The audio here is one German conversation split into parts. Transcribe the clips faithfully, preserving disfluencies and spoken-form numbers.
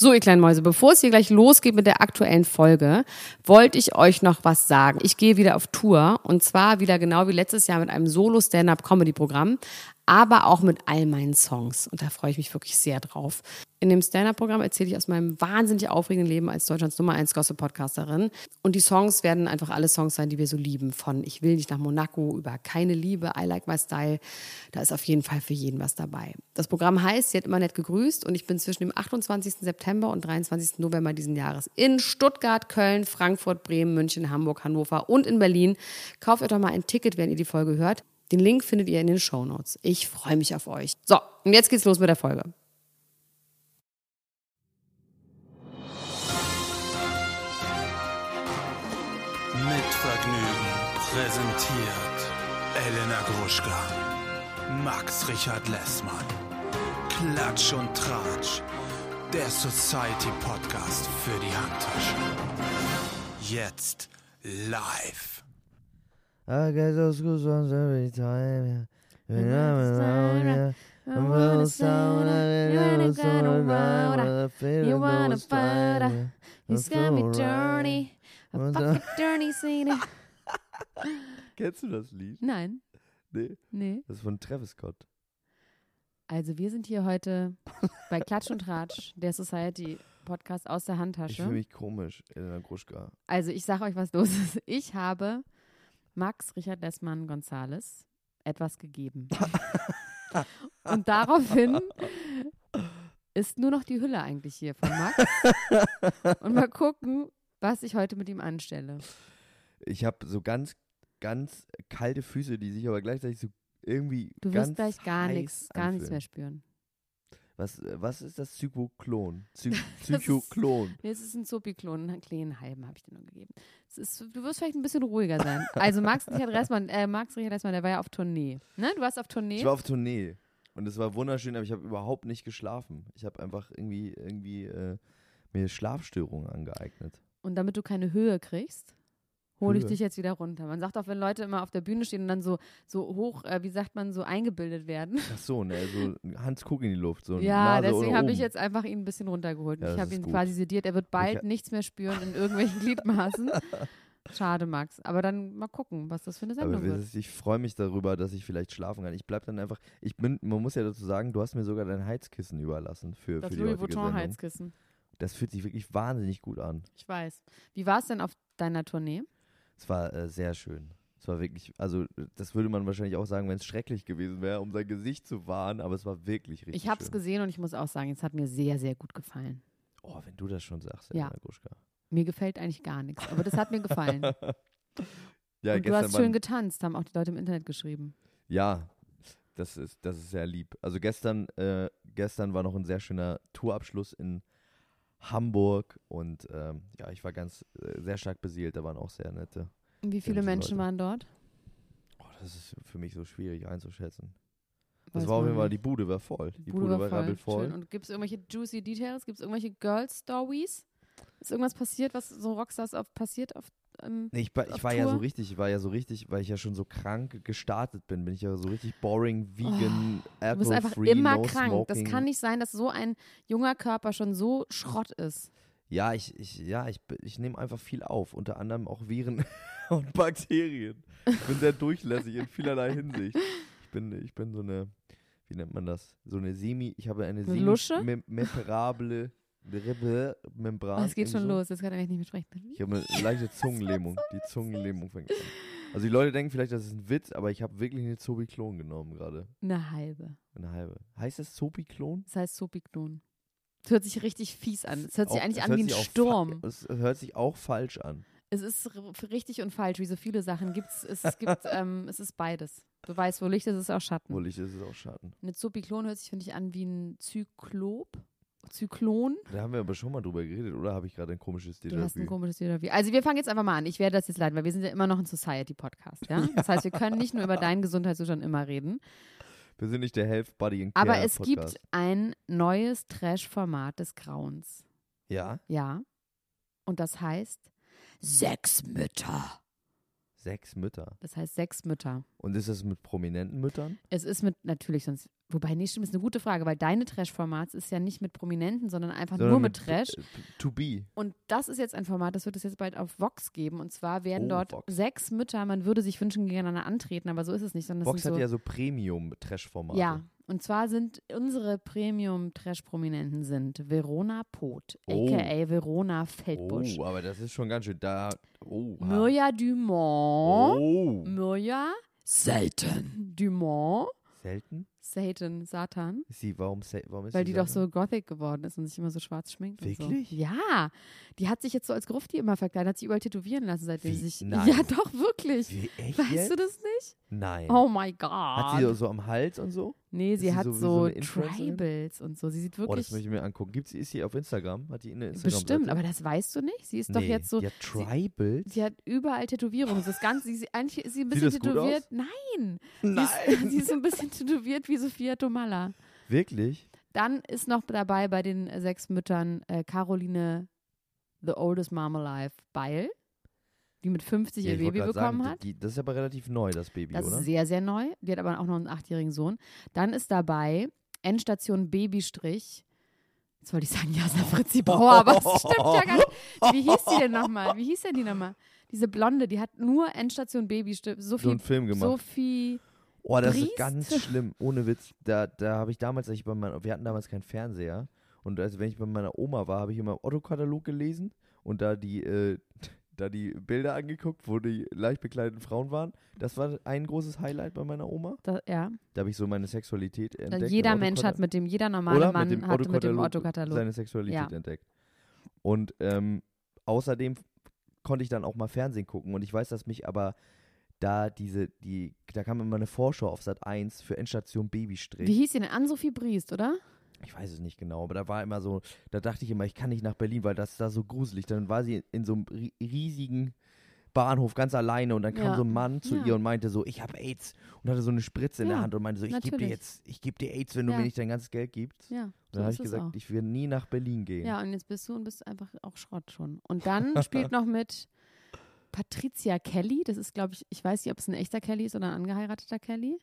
So, ihr kleinen Mäuse, bevor es hier gleich losgeht mit der aktuellen Folge, wollte ich euch noch was sagen. Ich gehe wieder auf Tour und zwar wieder genau wie letztes Jahr mit einem Solo-Stand-Up-Comedy-Programm, aber auch mit all meinen Songs. Und da freue ich mich wirklich sehr drauf. In dem Stand-Up-Programm erzähle ich aus meinem wahnsinnig aufregenden Leben als Deutschlands Nummer eins Gossip-Podcasterin. Und die Songs werden einfach alle Songs sein, die wir so lieben. Von Ich will nicht nach Monaco über Keine Liebe, I Like My Style. Da ist auf jeden Fall für jeden was dabei. Das Programm heißt, Sie hat immer nett gegrüßt und ich bin zwischen dem achtundzwanzigsten September und dreiundzwanzigsten November diesen Jahres in Stuttgart, Köln, Frankfurt, Bremen, München, Hamburg, Hannover und in Berlin. Kauft euch doch mal ein Ticket, wenn ihr die Folge hört. Den Link findet ihr in den Shownotes. Ich freue mich auf euch. So, und jetzt geht's los mit der Folge. Mit Vergnügen präsentiert Elena Gruschka, Max Richard Lessmann, Klatsch und Tratsch, der Society-Podcast für die Handtasche. Jetzt live. I get those goosebumps every time. When I'm around you, I'm well sound. I never saw a ride. You wanna fight her? It's gonna be dirty. A fucking dirty scene. Kennst du das Lied? Nein. Nee. Nee. Das ist von Travis Scott. Also wir sind hier heute bei Klatsch und Tratsch, der Society-Podcast aus der Ich Handtasche. fühle mich komisch, Elena Gruschka. Also ich sage euch, was los ist. Ich habe Max Richard Lessmann Gonzales etwas gegeben. Und daraufhin ist nur noch die Hülle eigentlich hier von Max. Und mal gucken, was ich heute mit ihm anstelle. Ich habe so ganz, ganz kalte Füße, die sich aber gleichzeitig so irgendwie Du ganz wirst gleich gar heiß nichts, gar nichts anfühlen. mehr spüren. Was, was ist das Zyklon? Zy Psychoklon. Nee, es ist ein Zopiklon, einen kleinen halben habe ich dir nur gegeben. Es ist, du wirst vielleicht ein bisschen ruhiger sein. Also Max Richard Lessmann, äh, Max Richard Lessmann, der war ja auf Tournee. Ne? Du warst auf Tournee? Ich war auf Tournee und es war wunderschön, aber ich habe überhaupt nicht geschlafen. Ich habe einfach irgendwie, irgendwie äh, mir Schlafstörungen angeeignet. Und damit du keine Höhe kriegst, hole ich Höhe? dich jetzt wieder runter. Man sagt auch, wenn Leute immer auf der Bühne stehen und dann so, so hoch, äh, wie sagt man, so eingebildet werden. Ach so, ne, so Hans guck in die Luft, so Ja, Nase deswegen oder habe oben. ich jetzt einfach ihn ein bisschen runtergeholt. Ja, ich das habe ist ihn gut. quasi sediert. Er wird bald Ich- nichts mehr spüren in irgendwelchen Gliedmaßen. Schade, Max. Aber dann mal gucken, was das für eine Sendung Aber wird. das, ich freue mich darüber, dass ich vielleicht schlafen kann. Ich bleib dann einfach, ich bin, man muss ja dazu sagen, du hast mir sogar dein Heizkissen überlassen für, Das für die Louis heutige Vuitton Sendung. Heizkissen. Das fühlt sich wirklich wahnsinnig gut an. Ich weiß. Wie war es denn auf deiner Tournee? Es war äh, sehr schön. Es war wirklich, also das würde man wahrscheinlich auch sagen, wenn es schrecklich gewesen wäre, um sein Gesicht zu wahren, aber es war wirklich richtig Ich habe es schön. gesehen und ich muss auch sagen, es hat mir sehr, sehr gut gefallen. Oh, wenn du das schon sagst, Ja. Elena Gruschka. Mir gefällt eigentlich gar nichts, aber das hat mir gefallen. Ja, und du gestern hast waren- schön getanzt, haben auch die Leute im Internet geschrieben. Ja, das ist, das ist sehr lieb. Also gestern, äh, gestern war noch ein sehr schöner Tourabschluss in Hamburg und ähm, ja, ich war ganz äh, sehr stark beseelt, da waren auch sehr nette. Und wie viele nette Menschen Leute. waren dort? Oh, das ist für mich so schwierig einzuschätzen. Weiß Das war auf man jeden Fall, nicht. die Bude war voll. Die Bude Bude, war war rappelvoll. Schön. Und gibt es irgendwelche juicy Details? Gibt es irgendwelche Girl-Stories? Ist irgendwas passiert, was so Rockstars auf, passiert auf ähm, Nee, ich, war- auf ich war ja so Tour? richtig, ich war ja so richtig, weil ich ja schon so krank gestartet bin, bin ich ja so richtig boring, vegan, Du bist einfach alcohol-free, immer no krank. smoking. Das kann nicht sein, dass so ein junger Körper schon so Schrott ist. Ja, ich, ich, ja, ich, b- ich nehme einfach viel auf, unter anderem auch Viren und Bakterien. Ich bin sehr durchlässig in vielerlei Hinsicht. Ich bin, ich bin so eine, wie nennt man das? So eine Semi, ich habe eine Eine Lusche? semi-membrable Membran. Oh, es geht schon irgendwie so. los, jetzt kann er echt nicht mehr sprechen. Ich habe eine leichte Zungenlähmung. Die Zungenlähmung fängt an. Also die Leute denken vielleicht, das ist ein Witz, aber ich habe wirklich eine Zopiklon genommen gerade. Eine halbe. Eine halbe. Heißt das Zopiklon? Das heißt Sopiklon. Das hört sich richtig fies an. Es hört sich Auch- eigentlich es an hört wie ein sich auch Sturm. fa- Es hört sich auch falsch an. Es ist r- richtig und falsch, wie so viele Sachen gibt's. Es gibt, ähm, es ist beides. Du weißt, wo Licht ist, ist auch Schatten. Wohl, ich ist es auch Schatten. Eine Zopiklon hört sich, finde ich, an wie ein Zyklop. Zyklon. Da haben wir aber schon mal drüber geredet, oder habe ich gerade ein komisches Du hast ein Déjà-vu? komisches Déjà-vu. Also wir fangen jetzt einfach mal an. Ich werde das jetzt leiten, weil wir sind ja immer noch ein Society-Podcast. Ja? Das heißt, wir können nicht nur über deinen Gesundheitszustand immer reden. Wir sind nicht der Health Body and Care Aber es Podcast. gibt ein neues Trash-Format des Grauens. Ja, Ja. Und das heißt Sechs Mütter. sechs Mütter. Das heißt Sechs Mütter. Und ist das mit prominenten Müttern? Es ist mit, natürlich, sonst Wobei, nee, stimmt, ist eine gute Frage, weil deine Trash-Formats ist ja nicht mit Prominenten, sondern einfach Sondern nur mit, mit Trash. äh, To be. Und das ist jetzt ein Format, das wird es jetzt bald auf Vox geben. Und zwar werden Oh, dort Vox. sechs Mütter, man würde sich wünschen, gegeneinander antreten, aber so ist es nicht. Sondern Vox das sind hat so, ja so Premium-Trash-Formate. ja, und zwar sind unsere Premium-Trash-Prominenten sind Verona Poth, Oh. a k a. Verona Feldbusch. Oh, aber das ist schon ganz schön da. Oh, ha. Mirja Dumont. Oh. Mirja Satan Dumont. Selten? Satan, Satan. Ist sie, warum, sa- warum ist Weil sie die doch Satan? so gothic geworden ist und sich immer so schwarz schminkt. Wirklich? Und so. Ja. Die hat sich jetzt so als Grufti immer verkleidet, hat sich überall tätowieren lassen, seitdem Wie? sie sich. Nein. Ja, doch, wirklich. Wie, echt Weißt jetzt? du das nicht? Nein. Oh my God. Hat sie so, so am Hals und so? Nee, sie Ist sie hat so wie so, so eine Influencerin? Tribals und so. Sie sieht Oh, das wirklich. möchte ich mir angucken. Gibt's, ist sie auf Instagram? Hat die eine Instagram? bestimmt, aber das weißt du nicht. Sie ist doch nee, jetzt so. Die hat Tribals? Sie hat überall Tätowierungen. Das Ganze, sie, ist- eigentlich ist sie ein Sieht bisschen das gut tätowiert. aus? Nein. Nein. Sie ist, sie ist so ein bisschen tätowiert wie Sophia Tomalla. Wirklich? Dann ist noch dabei bei den äh, sechs Müttern äh, Caroline, the oldest mom alive, Beil, die mit fünfzig Ja, ihr ich wollte Baby grad bekommen sagen, hat. Die, das ist aber relativ neu, das Baby, Das oder? ist sehr, sehr neu. Die hat aber auch noch einen achtjährigen Sohn. Dann ist dabei Endstation Babystrich. Jetzt wollte ich sagen, Jasna Fritzi Bauer, aber das stimmt ja gar nicht. Wie hieß die denn nochmal? Wie hieß denn die nochmal? Diese Blonde, die hat nur Endstation Babystrich. so Sophie, einen Film gemacht. Sophie, Oh, das Briest? ist ganz schlimm, ohne Witz. Da, da habe ich damals, als ich bei meiner, wir hatten damals keinen Fernseher. Und also wenn ich bei meiner Oma war, habe ich immer Otto-Katalog gelesen und da die, äh, da die Bilder angeguckt, wo die leicht bekleideten Frauen waren. Das war ein großes Highlight bei meiner Oma. da, ja. Da habe ich so meine Sexualität entdeckt. Jeder im Mensch hat Otto-Katalog. mit dem, jeder normale Oder Mann mit dem hat mit dem Otto-Katalog Otto-Katalog. seine Sexualität Ja. entdeckt. Und ähm, außerdem konnte ich dann auch mal Fernsehen gucken. Und ich weiß, dass mich aber da diese, die, da kam immer eine Vorschau auf Sat eins für Endstation Babystrich. Wie hieß die denn? Ann-Sophie Briest, oder? Ich weiß es nicht genau, aber da war immer so, da dachte ich immer, ich kann nicht nach Berlin, weil das ist da so gruselig. Dann war sie in so einem ri- riesigen Bahnhof ganz alleine und dann kam Ja. so ein Mann zu Ja. ihr und meinte so, ich habe AIDS und hatte so eine Spritze in Ja, der Hand und meinte so, ich gebe dir natürlich. jetzt, ich gebe dir AIDS, wenn du Ja. mir nicht dein ganzes Geld gibst. Ja, Und so dann habe ist ich es gesagt, auch. ich will nie nach Berlin gehen. Ja, und jetzt bist du und bist einfach auch Schrott schon. Und dann spielt noch mit Patricia Kelly. Das ist, glaube ich, ich weiß nicht, ob es ein echter Kelly ist oder ein angeheirateter Kelly.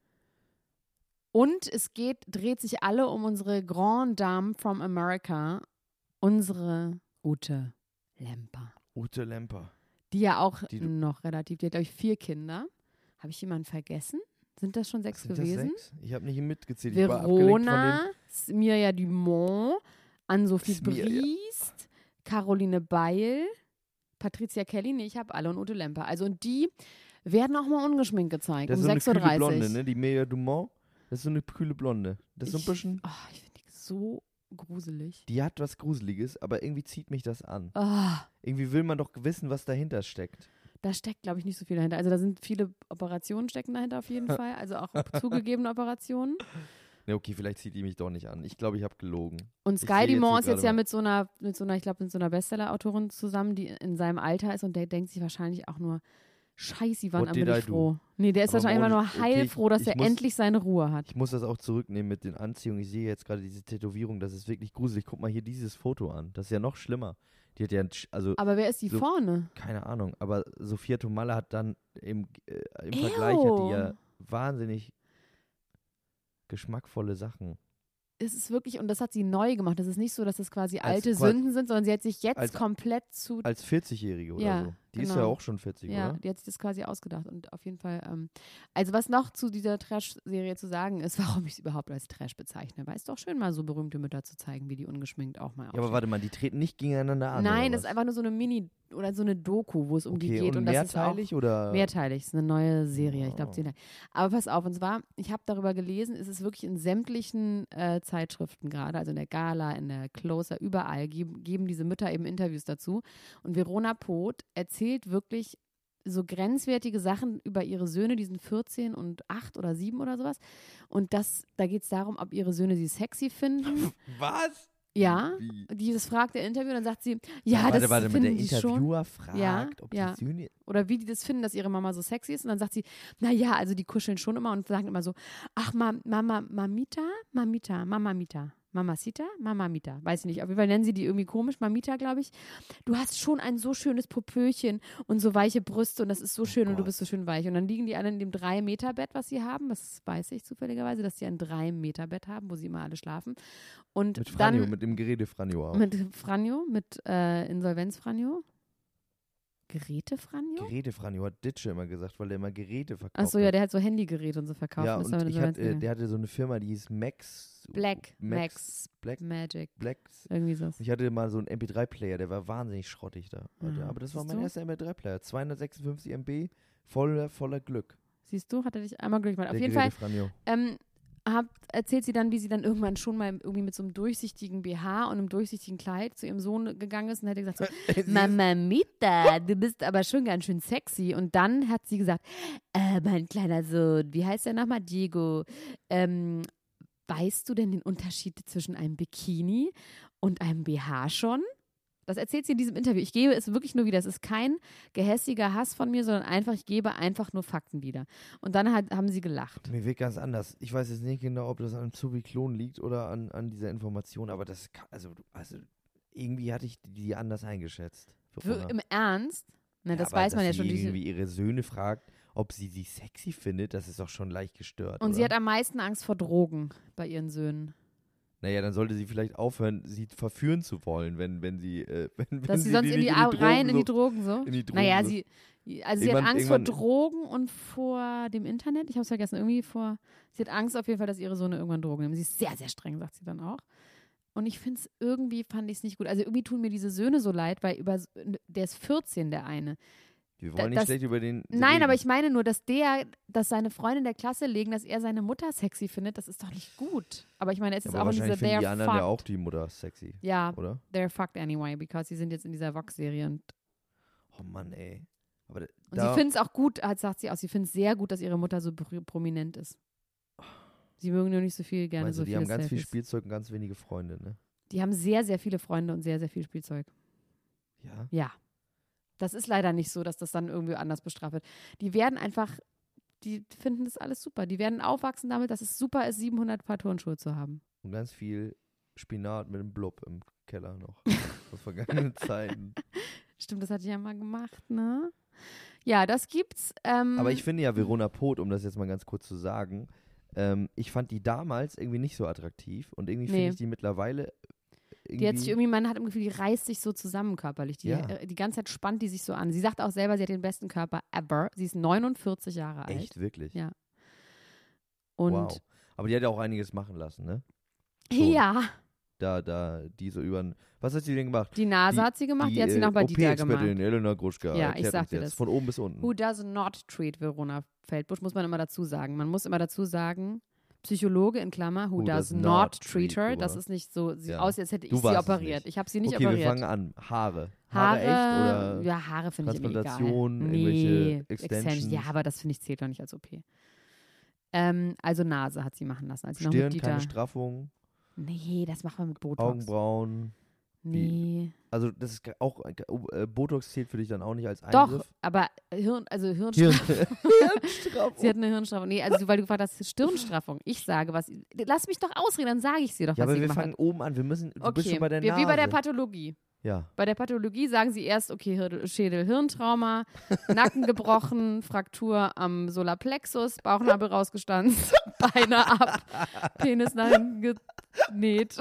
Und es geht, dreht sich alle um unsere Grand Dame from America, unsere Ute Lemper. Ute Lemper. Die ja auch Die du- noch relativ, die hat, glaube ich, vier Kinder. Habe ich jemanden vergessen? Sind das schon sechs Sind gewesen? das sechs? Ich habe nicht mitgezählt. Ich war abgelenkt von Verona, Mirja Dumont, Ann-Sophie Smirja. Briest, Caroline Beil, Patricia Kelly, nee, ich habe alle und Ute Lemper. Also und die werden auch mal ungeschminkt gezeigt, Das um ist so eine sechs Uhr kühle dreißig. Blonde, ne? Die Mirja Dumont. Das ist so eine kühle Blonde. Das ist so ein Ich- bisschen, Oh, ich finde die so gruselig. die hat was Gruseliges, aber irgendwie zieht mich das an. Ah, Irgendwie will man doch wissen, was dahinter steckt. da steckt, glaube ich, nicht so viel dahinter. Also da sind viele Operationen stecken dahinter auf jeden Fall. Also auch zugegebene Operationen. Ne, okay, vielleicht zieht die mich doch nicht an. Ich glaube, ich habe gelogen. Und Ich Sky sehe jetzt Dumont hier ist jetzt gerade ja mal- mit so einer, mit so einer, ich glaube, mit so einer Bestseller-Autorin zusammen, die in seinem Alter ist und der denkt sich wahrscheinlich auch nur, Scheiße, wann What bin did I ich do? froh. Nee, der ist Aber wahrscheinlich immer Mauli, nur okay, heilfroh, dass ich er muss- endlich seine Ruhe hat. Ich muss das auch zurücknehmen mit den Anziehungen. Ich sehe jetzt gerade diese Tätowierung. Das ist wirklich gruselig. Guck mal hier dieses Foto an. Das ist ja noch schlimmer. Die hat ja, ein Sch- also Aber wer ist die so- vorne? keine Ahnung. Aber Sophia Tomalla hat dann im, äh, im Vergleich hat die ja Ew. wahnsinnig geschmackvolle Sachen. Es ist wirklich, und das hat sie neu gemacht. Das ist nicht so, dass das quasi Als alte qua- Sünden sind, sondern sie hat sich jetzt als- komplett zu. Als vierzig-Jährige oder Ja, so. Die ist genau. ja auch schon vierzig, Ja, oder? die hat sich das quasi ausgedacht. Und auf jeden Fall, ähm, also was noch zu dieser Trash-Serie zu sagen ist, warum ich es überhaupt als Trash bezeichne. Weil es doch schön, mal so berühmte Mütter zu zeigen, wie die ungeschminkt auch mal Ja, aber aussehen. warte mal, die treten nicht gegeneinander an. Nein, oder das ist was? einfach nur so eine Mini- oder so eine Doku, wo es um okay, die geht. Und, Und, das ist auch mehrteilig oder? mehrteilig. Das ist eine neue Serie, ich glaube Oh. zehn Teile. Aber pass auf, und zwar, ich habe darüber gelesen, es ist wirklich in sämtlichen äh, Zeitschriften gerade, also in der Gala, in der Closer, überall geben, geben diese Mütter eben Interviews dazu. Und Verona Poth erzählt wirklich so grenzwertige Sachen über ihre Söhne, die sind vierzehn und acht oder sieben oder sowas. Und das, da geht es darum, ob ihre Söhne sie sexy finden. Was? Ja, Wie? dieses fragt der Interview, dann sagt sie, ja, warte, das warte, finden der die schon. Interviewer fragt, Ja, ob ja. die Söhne. Oder wie die das finden, dass ihre Mama so sexy ist. Und dann sagt sie, naja, also die kuscheln schon immer und sagen immer so, ach, Ma Mama, Mamita, Mamita, Mamamita, Mamacita? Mamamita, weiß ich nicht. Auf jeden Fall nennen sie die irgendwie komisch, Mamita, glaube ich. Du hast schon ein so schönes Popöchen und so weiche Brüste und das ist so schön Oh und du Gott. bist so schön weich. Und dann liegen die alle in dem drei Meter Bett, was sie haben. Das weiß ich zufälligerweise, dass sie ein drei Meter Bett haben, wo sie immer alle schlafen. Und Mit Franjo, dann mit dem Gerede Franjo auch. mit Franjo, mit äh, Insolvenz Franjo. Geräte Franjo? Gerede Franjo hat Ditsche immer gesagt, weil er immer Geräte verkauft Achso, ja, hat. der hat so Handygeräte und so verkauft. Ja, und ist und aber ich Insolvenz hatte, äh, gegangen. der hatte so eine Firma, die hieß Max. Black, Max, Black, Magic, Black. irgendwie so. Ich hatte mal so einen M P drei Player, der war wahnsinnig schrottig da. Ah, Aber das war siehst mein du? erster M P drei Player. zweihundertsechsundfünfzig Megabyte, voller, voller Glück. Siehst du, hat er dich einmal glücklich gemacht. Auf der jeden Fall Gerede Franjo. ähm, hab, erzählt sie dann, wie sie dann irgendwann schon mal irgendwie mit so einem durchsichtigen B H und einem durchsichtigen Kleid zu ihrem Sohn gegangen ist und hätte gesagt so, Mamamita, du bist aber schon ganz schön sexy. Und dann hat sie gesagt, äh, mein kleiner Sohn, wie heißt der nochmal? Diego, ähm, weißt du denn den Unterschied zwischen einem Bikini und einem B H schon? Das erzählt sie in diesem Interview. Ich gebe es wirklich nur wieder. Es ist kein gehässiger Hass von mir, sondern einfach, ich gebe einfach nur Fakten wieder. Und dann hat, haben sie gelacht. Mir wird ganz anders. Ich weiß jetzt nicht genau, ob das an Zubiklon liegt oder an, an dieser Information, aber das kann, also, also irgendwie hatte ich die anders eingeschätzt. Wir, Im Ernst? Na, das Ja, aber weiß man ja dass schon. sie Diese, irgendwie ihre Söhne fragt, ob sie sie sexy findet, das ist doch schon leicht gestört. und oder? sie hat am meisten Angst vor Drogen bei ihren Söhnen. Naja, dann sollte sie vielleicht aufhören, sie verführen zu wollen, wenn, wenn sie, äh, wenn, wenn Dass sie, sie sonst die in die, nicht Au- Drogen rein in die so- Drogen so? in die Drogen naja, so- sie, also sie hat Irgendwann- Angst vor irgendwann- Drogen und vor dem Internet. Ich habe es vergessen, irgendwie vor, sie hat Angst auf jeden Fall, dass ihre Söhne irgendwann Drogen nehmen. Sie ist sehr, sehr streng, sagt sie dann auch. Und ich finde es, irgendwie fand ich es nicht gut. Also irgendwie tun mir diese Söhne so leid, weil über, der ist vierzehn, der eine. Wir wollen Da- nicht das- schlecht über den Nein, reden. aber ich meine nur, dass der, dass seine Freunde in der Klasse legen, dass er seine Mutter sexy findet, das ist doch nicht gut. Aber ich meine, es ist aber auch in dieser wahrscheinlich finden die They're anderen ja fucked. auch die Mutter sexy, Ja, oder? they're fucked anyway, because sie sind jetzt in dieser Vox-Serie und, Oh Mann, ey. Aber da, und sie findet es auch gut, hat- sagt sie auch, sie findet es sehr gut, dass ihre Mutter so pr- prominent ist. Sie mögen nur nicht so viel gerne meinst du, so die viele haben ganz viel Selfies. Spielzeug und ganz wenige Freunde, ne? Die haben sehr, sehr viele Freunde und sehr, sehr viel Spielzeug. Ja. Ja. Das ist leider nicht so, dass das dann irgendwie anders bestraft wird. Die werden einfach, die finden das alles super. Die werden aufwachsen damit, dass es super ist, siebenhundert Paar Turnschuhe zu haben. Und ganz viel Spinat mit dem Blub im Keller noch. Aus vergangenen Zeiten. Stimmt, das hatte ich ja mal gemacht, ne? Ja, das gibt's. Ähm, Aber ich finde ja Verona Poth, um das jetzt mal ganz kurz zu sagen, ähm, ich fand die damals irgendwie nicht so attraktiv und irgendwie Nee. finde ich die mittlerweile irgendwie, die hat sich irgendwie, man hat im Gefühl, die reißt sich so zusammen körperlich. Die, Ja. äh, die ganze Zeit spannt die sich so an. Sie sagt auch selber, sie hat den besten Körper ever. Sie ist neunundvierzig Jahre alt. echt, wirklich. Ja. Und wow. Aber die hat ja auch einiges machen lassen, ne? Schon. ja, Da, da, die so über Was hat sie denn gemacht? die Nase Die- hat sie gemacht, die, hat sie noch bei äh, Dieter gemacht. O P-Expertin Elena Gruschka. Ja, ich erklärt uns sagte jetzt, das. Von oben bis unten. Who does not treat Verona Feldbusch, muss man immer dazu sagen. Man muss immer dazu sagen, Psychologe in Klammer, who, does, not treat her. Das Verona. ist nicht so, sieht Ja. aus, als hätte ich Du sie warst es operiert. nicht. Ich habe sie nicht okay, operiert. wir fangen an. Haare. Haare, echt oder ja, Haare finde ich immer egal. Transplantation, Nee, irgendwelche Extensions. Extensions? Ja, aber das finde ich zählt doch nicht als O P. Ähm, also Nase hat sie machen lassen, als sie noch Stirn, mit Dieter. keine Straffung, Nee, das macht man mit Botox. Augenbrauen. Nee. Also das ist ge- auch, äh, Botox zählt für dich dann auch nicht als Doch, Eingriff? aber Hirn, also Hirn, Hirnstraffung. Hirnstraffung. Sie hat eine Hirnstraffung. Nee, also weil du gefragt hast, Stirnstraffung. Ich sage was. Lass mich doch ausreden, dann sage ich sie doch, Ja, was aber sie wir gemacht fangen hat. oben an. Wir müssen, du bist Okay, schon bei der wir, Nase. wie bei der Pathologie. Ja. Bei der Pathologie sagen sie erst, okay, Hir- Schädel, Hirntrauma, Nacken gebrochen, Fraktur am Solarplexus, Bauchnabel rausgestanzt, Beine ab, Penis nach hinten genäht.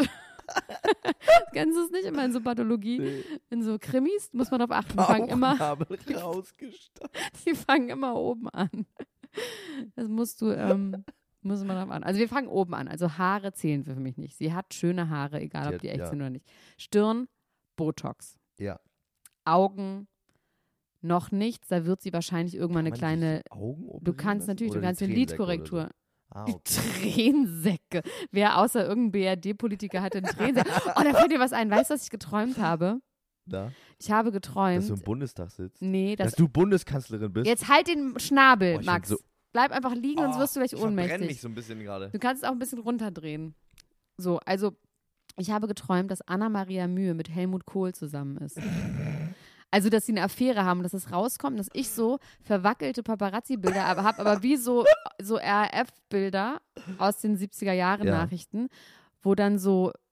Kennst du es nicht immer in so Pathologie? Nee. In so Krimis muss man darauf achten. Die fangen, immer, Bauchnabel rausgestanzt. die fangen immer oben an. Das musst du, ähm, muss man darauf an. Also wir fangen oben an. Also Haare zählen für mich nicht. Sie hat schöne Haare, egal Die ob hat- die echt ja. sind oder nicht. Stirn, Botox. Ja. Augen noch nichts, da wird sie wahrscheinlich irgendwann eine Kann man kleine. sich die Augen operieren Du kannst lassen? natürlich, du Oder die kannst eine Tränensäcke oder Lidkorrektur. so? Ah, Die okay. Tränensäcke. Wer außer irgendein B R D-Politiker hatte einen Tränensäcke? Oh, da fällt dir was ein. Weißt du, was ich geträumt habe? Da, Ich habe dass geträumt. du im Bundestag sitzt. Nee, Dass das. du Bundeskanzlerin bist. Jetzt halt den Schnabel, Boah, ich Max. find so- Bleib einfach liegen, sonst Oh, wirst du gleich ich verbrenne ohnmächtig. mich so ein bisschen gerade. Du kannst es auch ein bisschen runterdrehen. So, also ich habe geträumt, dass Anna-Maria Mühe mit Helmut Kohl zusammen ist. Also, dass sie eine Affäre haben, dass es rauskommt, dass ich so verwackelte Paparazzi-Bilder aber habe, aber wie so, so R A F-Bilder aus den siebziger Jahre Ja. Nachrichten, wo dann so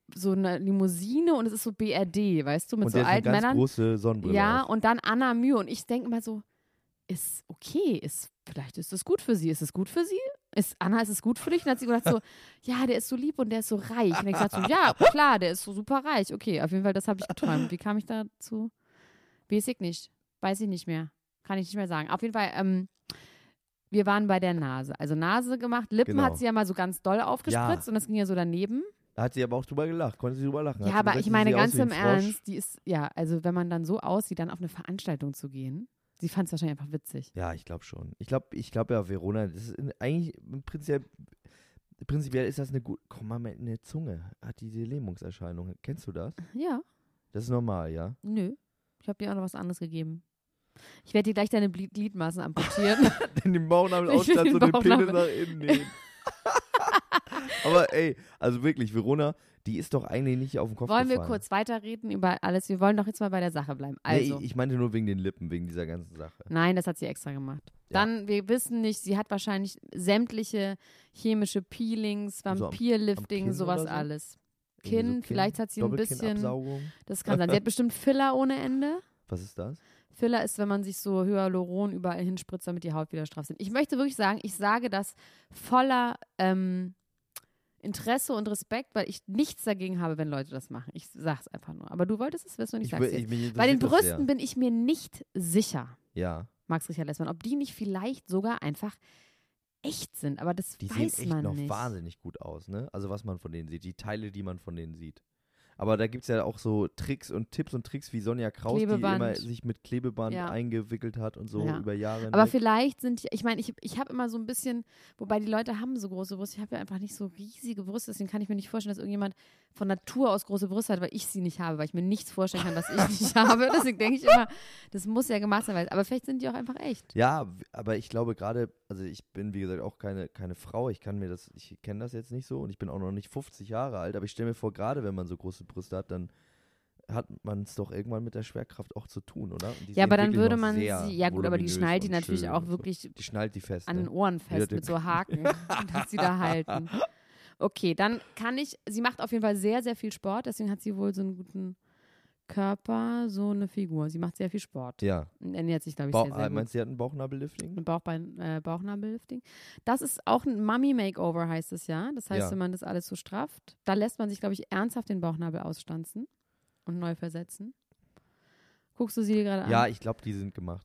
so eine Limousine und es ist so B R D, weißt du, mit und so der hat eine alten ganz Männern. große Sonnenbrille Ja, auf. und dann Anna Mühe und ich denke immer so, ist okay, ist, vielleicht ist das gut für sie. Ist es gut für sie? Ist, Anna, ist es gut für dich? Und dann hat sie gesagt so, ja, der ist so lieb und der ist so reich. Und ich gesagt so, ja, klar, der ist so super reich. Okay, auf jeden Fall, das habe ich geträumt. Wie kam ich dazu? Weiß ich nicht. Weiß ich nicht mehr. Kann ich nicht mehr sagen. Auf jeden Fall, ähm, wir waren bei der Nase. Also Nase gemacht. Lippen Genau. hat sie ja mal so ganz doll aufgespritzt Ja. und das ging ja so daneben. Da hat sie aber auch drüber gelacht, konnte sie drüber lachen. Hat Ja, sie aber gesagt, ich sie meine sieht aus ganz wie im ein Frosch. Ernst, die ist, ja, also wenn man dann so aussieht, dann auf eine Veranstaltung zu gehen, sie fand es wahrscheinlich einfach witzig. Ja, ich glaube schon. Ich glaube ich glaub ja, Verona, das ist in, eigentlich prinzipiell, prinzipiell ist das eine gute, komm mal, eine Zunge hat diese Lähmungserscheinung. Kennst du das? Ja, Das ist normal, ja? nö. Ich habe dir auch noch was anderes gegeben. Ich werde dir gleich deine Bli- Gliedmaßen amputieren. In den Bauchnabel Ich will ausstatten den und den Penis Bauchnabel. nach innen nehmen. Aber ey, also wirklich, Verona, die ist doch eigentlich nicht auf den Kopf Wollen wir gefallen. kurz weiterreden über alles? Wir wollen doch jetzt mal bei der Sache bleiben. Also, Nee, ich meinte nur wegen den Lippen, wegen dieser ganzen Sache. nein, das hat sie extra gemacht. Ja. Dann, wir wissen nicht, sie hat wahrscheinlich sämtliche chemische Peelings, So am- am Vampirlifting, Kinn sowas oder so? alles. Irgendwie Kinn, so Kinn- vielleicht hat sie ein bisschen, Doppelkinnabsaugung. das kann sein. Sie hat bestimmt Filler ohne Ende. Was ist das? Filler ist, wenn man sich so Hyaluron überall hinspritzt, damit die Haut wieder straff sind. Ich möchte wirklich sagen, ich sage das voller ähm, Interesse und Respekt, weil ich nichts dagegen habe, wenn Leute das machen. Ich sage es einfach nur. Aber du wolltest es wissen und ich, Ich, sag's will- dir. ich, mich Bei den interessiert das Brüsten bin ich mir nicht sicher, sehr. Ja, Max Richard Lessmann, ob die nicht vielleicht sogar einfach echt sind. Aber das die weiß sehen echt man noch nicht. wahnsinnig gut aus, ne? Also was man von denen sieht, die Teile, die man von denen sieht. Aber da gibt es ja auch so Tricks und Tipps und Tricks wie Sonja Kraus, Klebeband. die immer sich mit Klebeband Ja. eingewickelt hat und so Ja. über Jahre Aber hinweg. vielleicht sind die, ich meine, ich, ich habe immer so ein bisschen, wobei die Leute haben so große Brüste, ich habe ja einfach nicht so riesige Brüste, deswegen kann ich mir nicht vorstellen, dass irgendjemand von Natur aus große Brüste hat, weil ich sie nicht habe, weil ich mir nichts vorstellen kann, was ich nicht habe. Deswegen denke ich immer, das muss ja gemacht sein, aber vielleicht sind die auch einfach echt. Ja, w- aber ich glaube gerade, also ich bin wie gesagt auch keine, keine Frau, ich kann mir das, ich kenne das jetzt nicht so und ich bin auch noch nicht fünfzig Jahre alt, aber ich stelle mir vor, gerade wenn man so große Brüste hat, dann hat man es doch irgendwann mit der Schwerkraft auch zu tun, oder? Und die Ja, sehen aber dann wirklich würde noch man sehr sie, ja gut, aber die voluminös schnallt die und natürlich schön auch und so. wirklich Die schnallt die fest, an den ne? Ohren fest Ja, mit so Haken, dass sie da halten. Okay, dann kann ich, sie macht auf jeden Fall sehr, sehr viel Sport, deswegen hat sie wohl so einen guten Körper, so eine Figur. Sie macht sehr viel Sport. Ja. Und ernährt sich, glaube ich, Bauch, sehr, sehr äh, gut. meinst du, sie hat einen Bauchnabellifting? Ein Bauchbein, äh, Bauchnabellifting. Das ist auch ein Mummy-Makeover, heißt es ja. Das heißt, Ja. wenn man das alles so strafft, da lässt man sich, glaube ich, ernsthaft den Bauchnabel ausstanzen und neu versetzen. Guckst du sie dir gerade an? Ja, ich glaube, die sind gemacht.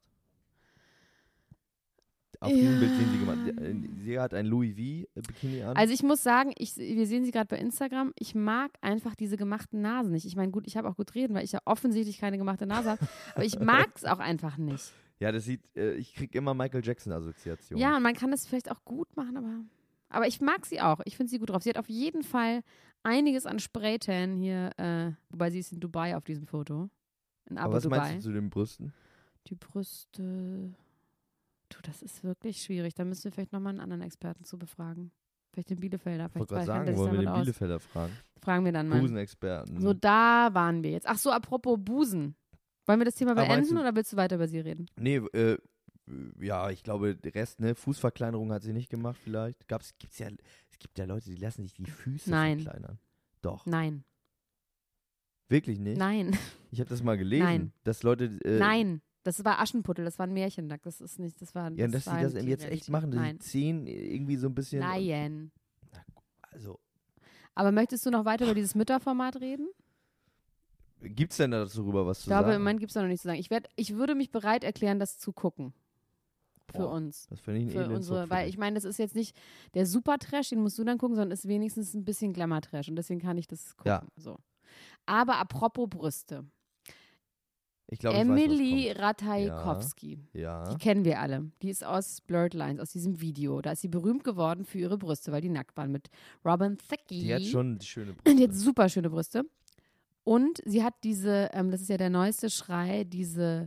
Auf Ja. diesem Bild sehen sie gemacht. Die- Sie hat ein Louis V-Bikini an. Also ich muss sagen, ich, wir sehen sie gerade bei Instagram, ich mag einfach diese gemachten Nasen nicht. Ich meine, gut, ich habe auch gut reden, weil ich ja offensichtlich keine gemachte Nase habe, aber ich mag es auch einfach nicht. ja, das sieht, äh, ich kriege immer Michael Jackson-Assoziationen. Ja, und man kann das vielleicht auch gut machen, aber, aber ich mag sie auch. Ich finde sie gut drauf. Sie hat auf jeden Fall einiges an Spraytan hier, äh, wobei sie ist in Dubai auf diesem Foto. In Abu Aber was Dubai. meinst du zu den Brüsten? Die Brüste. Du, das ist wirklich schwierig. Da müssen wir vielleicht nochmal einen anderen Experten zu befragen. Vielleicht den Bielefelder. Ich wollte Vielleicht gerade kennt er sagen, sich wollen wir damit den aus. Bielefelder fragen. Fragen wir dann mal. Busenexperten. So, da waren wir jetzt. Ach so, apropos Busen. Wollen wir das Thema Ah, meinst beenden du- oder willst du weiter über sie reden? Nee, äh, ja, ich glaube, der Rest, ne, Fußverkleinerung hat sie nicht gemacht vielleicht. Gab's, gibt's ja, es gibt ja Leute, die lassen sich die Füße Nein. verkleinern. Doch. Nein. Wirklich nicht? Nein. Ich habe das mal gelesen, Nein. dass Leute, äh, Nein. Das war Aschenputtel, das war ein Märchenlack. Das ist nicht, das war. ja, dass war sie das nicht jetzt die echt Realität. machen, dass Nein. die Zehen irgendwie so ein bisschen. Nein. Also, Aber möchtest du noch weiter über dieses Mütterformat reden? gibt's denn dazu rüber was Ich zu glaube, sagen? im Moment gibt es da noch nichts zu sagen. Ich, werd, ich würde mich bereit erklären, das zu gucken. Für Boah, uns. Das finde ich ein Für Elendszug unsere, für weil dich. ich meine, das ist jetzt nicht der Super-Trash, den musst du dann gucken, sondern ist wenigstens ein bisschen Glamour-Trash und deswegen kann ich das gucken. Ja. So. Aber apropos Brüste. Ich glaube, ich weiß, was Emily kommt. Ratajkowski, Ja. die kennen wir alle. Die ist aus Blurred Lines, aus diesem Video. Da ist sie berühmt geworden für ihre Brüste, weil die nackt waren mit Robin Thicke. Die hat schon die schöne Die Brüste. hat super schöne Brüste. Und sie hat diese, ähm, das ist ja der neueste Schrei, diese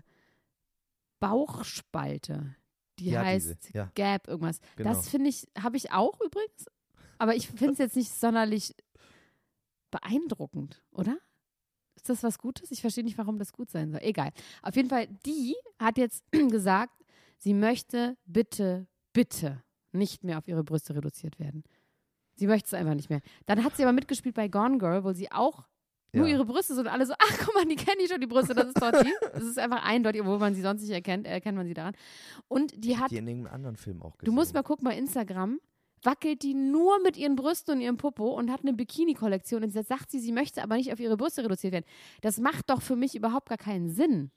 Bauchspalte. Die, Die hat heißt diese, ja. Gap irgendwas. Genau. Das finde ich, habe ich auch übrigens. Aber ich finde es jetzt nicht sonderlich beeindruckend, oder? Ist das was Gutes? Ich verstehe nicht, warum das gut sein soll. Egal. Auf jeden Fall, die hat jetzt gesagt, sie möchte bitte, bitte nicht mehr auf ihre Brüste reduziert werden. Sie möchte es einfach nicht mehr. Dann hat sie aber mitgespielt bei Gone Girl, wo sie auch nur Ja. ihre Brüste sind und alle so, ach guck mal, die kenne ich schon, die Brüste, das ist doch die. Das ist einfach eindeutig, obwohl man sie sonst nicht erkennt, erkennt man sie daran. Und die Ich hat, hab die in irgendeinem anderen Film auch du gesehen. musst mal gucken bei Instagram, wackelt die nur mit ihren Brüsten und ihrem Popo und hat eine Bikini-Kollektion und jetzt sagt sie, sie möchte aber nicht auf ihre Brüste reduziert werden. Das macht doch für mich überhaupt gar keinen Sinn.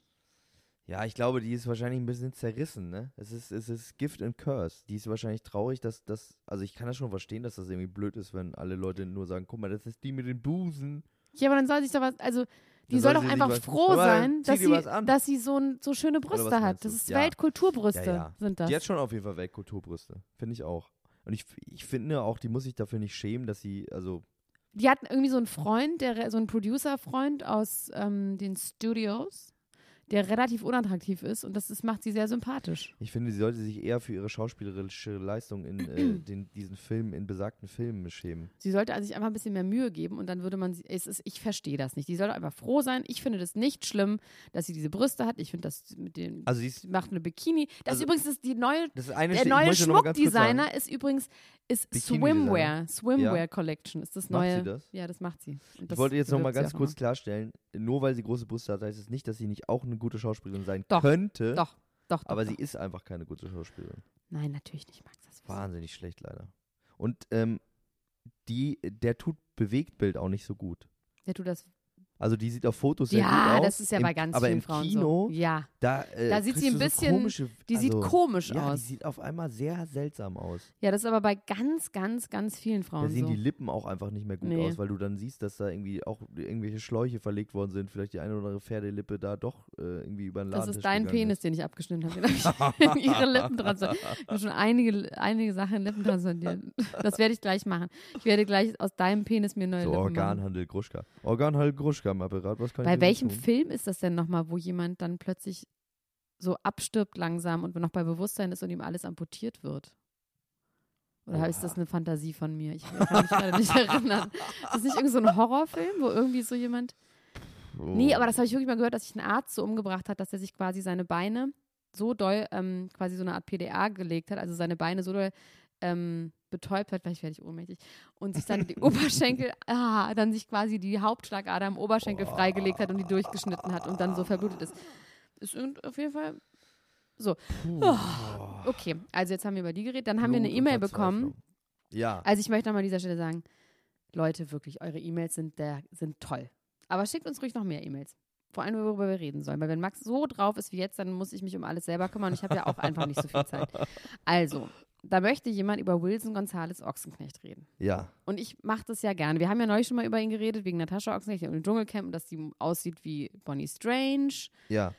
Ja, ich glaube, die ist wahrscheinlich ein bisschen zerrissen, ne? Es ist, es ist Gift and Curse. Die ist wahrscheinlich traurig, dass das, also ich kann das schon verstehen, dass das irgendwie blöd ist, wenn alle Leute nur sagen, guck mal, das ist die mit den Busen. Ja, aber dann soll sich doch was, also die Dann soll soll doch sie sich einfach was- froh Aber sein, zieh dass dir sie, was an. dass sie so, ein, so schöne was Brüste meinst hat. du? Das ist Ja. Weltkulturbrüste, Ja, ja. sind das. Die hat schon auf jeden Fall Weltkulturbrüste. Finde ich auch. Und ich, ich finde auch, die muss sich dafür nicht schämen, dass sie, also, Die hat irgendwie so einen Freund, der so einen Producer-Freund aus ähm, den Studios, der relativ unattraktiv ist und das ist, macht sie sehr sympathisch. ich finde, sie sollte sich eher für ihre schauspielerische Leistung in äh, den, diesen Filmen, in besagten Filmen schämen. Sie sollte also sich einfach ein bisschen mehr Mühe geben und dann würde man sie, es ist, ich verstehe das nicht. Die sollte einfach froh sein. Ich finde das nicht schlimm, dass sie diese Brüste hat. Ich finde das mit den, Also sie ist, sie macht eine Bikini. Das Also, ist übrigens das, die neue, das ist eine der Ste- ich neue möchte noch mal ganz kurz sagen, Schmuckdesigner ist übrigens ist Bikini-Designer? Swimwear. Swimwear Collection ist das Macht neue. sie das? Ja, das macht sie. Und Ich das wollte jetzt noch mal bewirbt sie ganz auch kurz immer. klarstellen, nur weil sie große Brüste hat, heißt es nicht, dass sie nicht auch eine gute Schauspielerin sein Doch, könnte. Doch, doch, doch. Aber doch. sie ist einfach keine gute Schauspielerin. Nein, natürlich nicht, Max. Das Wahnsinnig schlecht leider. Und ähm, die, der tut Bewegtbild auch nicht so gut. Der tut das. Also die sieht auf Fotos sehr gut Ja, aus. das ist ja im, bei ganz aber vielen im Frauen Kino, so. Ja, da, äh, Da sieht sie kriegst ein du bisschen- so komische, die sieht also, komisch ja, aus. die sieht auf einmal sehr seltsam aus. Ja, das ist aber bei ganz, ganz, ganz vielen Da Frauen sehen so. die Lippen auch einfach nicht mehr gut Nee. aus, weil du dann siehst, dass da irgendwie auch irgendwelche Schläuche verlegt worden sind. Vielleicht die eine oder andere Pferdelippe da doch äh, irgendwie über den Das Laden ist dein Penis, den ich abgeschnitten habe. Den habe ich in ihre Lippen transplantiert. Ich habe schon einige, einige Sachen in Lippen transplantiert. Das werde ich gleich machen. Ich werde gleich aus deinem Penis mir neue So, Lippen machen. Organhandel Gruschka. Organhandel Gruschka im Apparat, was kann Bei ich welchem für Sie tun? Film ist das denn nochmal, wo jemand dann plötzlich so abstirbt langsam und noch bei Bewusstsein ist und ihm alles amputiert wird? Oder Oha. ist das eine Fantasie von mir? Ich kann mich gerade nicht erinnern. Ist das nicht irgend so ein Horrorfilm, wo irgendwie so jemand... Oh. Nee, aber das habe ich wirklich mal gehört, dass sich ein Arzt so umgebracht hat, dass er sich quasi seine Beine so doll, ähm, quasi so eine Art P D A gelegt hat, also seine Beine so doll ähm, betäubt hat, vielleicht werde ich ohnmächtig, und sich dann die Oberschenkel, ah, dann sich quasi die Hauptschlagader am Oberschenkel freigelegt hat und die durchgeschnitten hat und dann so verblutet ist. Ist irgend- auf jeden Fall so. Oh, okay, also jetzt haben wir über die geredet, dann haben wir eine Blut und E-Mail Verzweiflung. bekommen. Ja. Also ich möchte nochmal an dieser Stelle sagen, Leute, wirklich, eure E-Mails sind, der, sind toll. Aber schickt uns ruhig noch mehr E-Mails. Vor allem, worüber wir reden sollen. Weil wenn Max so drauf ist wie jetzt, dann muss ich mich um alles selber kümmern. Und ich habe ja auch einfach nicht so viel Zeit. Also, da möchte jemand über Wilson Gonzales Ochsenknecht reden. Ja. Und ich mache das ja gerne. Wir haben ja neulich schon mal über ihn geredet, wegen Natascha Ochsenknecht und dem Dschungelcamp und dass die aussieht wie Bonnie Strange. Ja.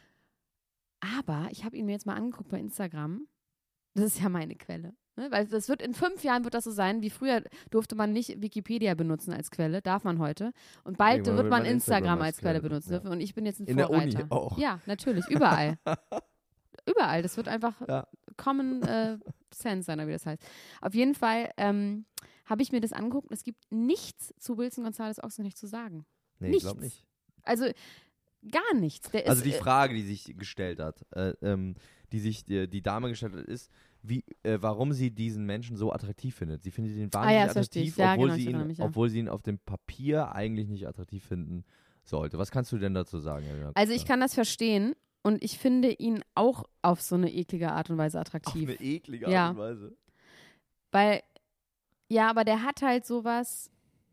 Aber ich habe ihn mir jetzt mal angeguckt bei Instagram. Das ist ja meine Quelle. Ne? Weil das wird in fünf Jahren wird das so sein, wie früher durfte man nicht Wikipedia benutzen als Quelle, darf man heute. Und bald Irgendwann wird wird man man Instagram, Instagram als als Quelle Quelle, benutzen ja. dürfen. Und ich bin jetzt ein In der Vorreiter. Uni auch. Ja, natürlich, überall. Überall. Das wird einfach Ja. Common äh, Sense sein, oder wie das heißt. Auf jeden Fall ähm, habe ich mir das angeguckt und es gibt nichts zu Wilson Gonzales Ochsenknecht zu sagen. Nee, Nichts. ich glaube nicht. Also gar nichts. Der Also ist, die äh, Frage, die sich gestellt hat, äh, ähm, die sich die, die Dame gestellt hat, ist, wie, äh, warum sie diesen Menschen so attraktiv findet. Sie findet ihn wahnsinnig ja, das verstehe ich. attraktiv, Ja, obwohl, genau, ich sie erinnere ihn, mich, ja. obwohl sie ihn auf dem Papier eigentlich nicht attraktiv finden sollte. Was kannst du denn dazu sagen, Elena? Also ich kann das verstehen und ich finde ihn auch auf so eine eklige Art und Weise Auf attraktiv. eine eklige Art Ja. und Weise. Weil, ja, aber der hat halt sowas.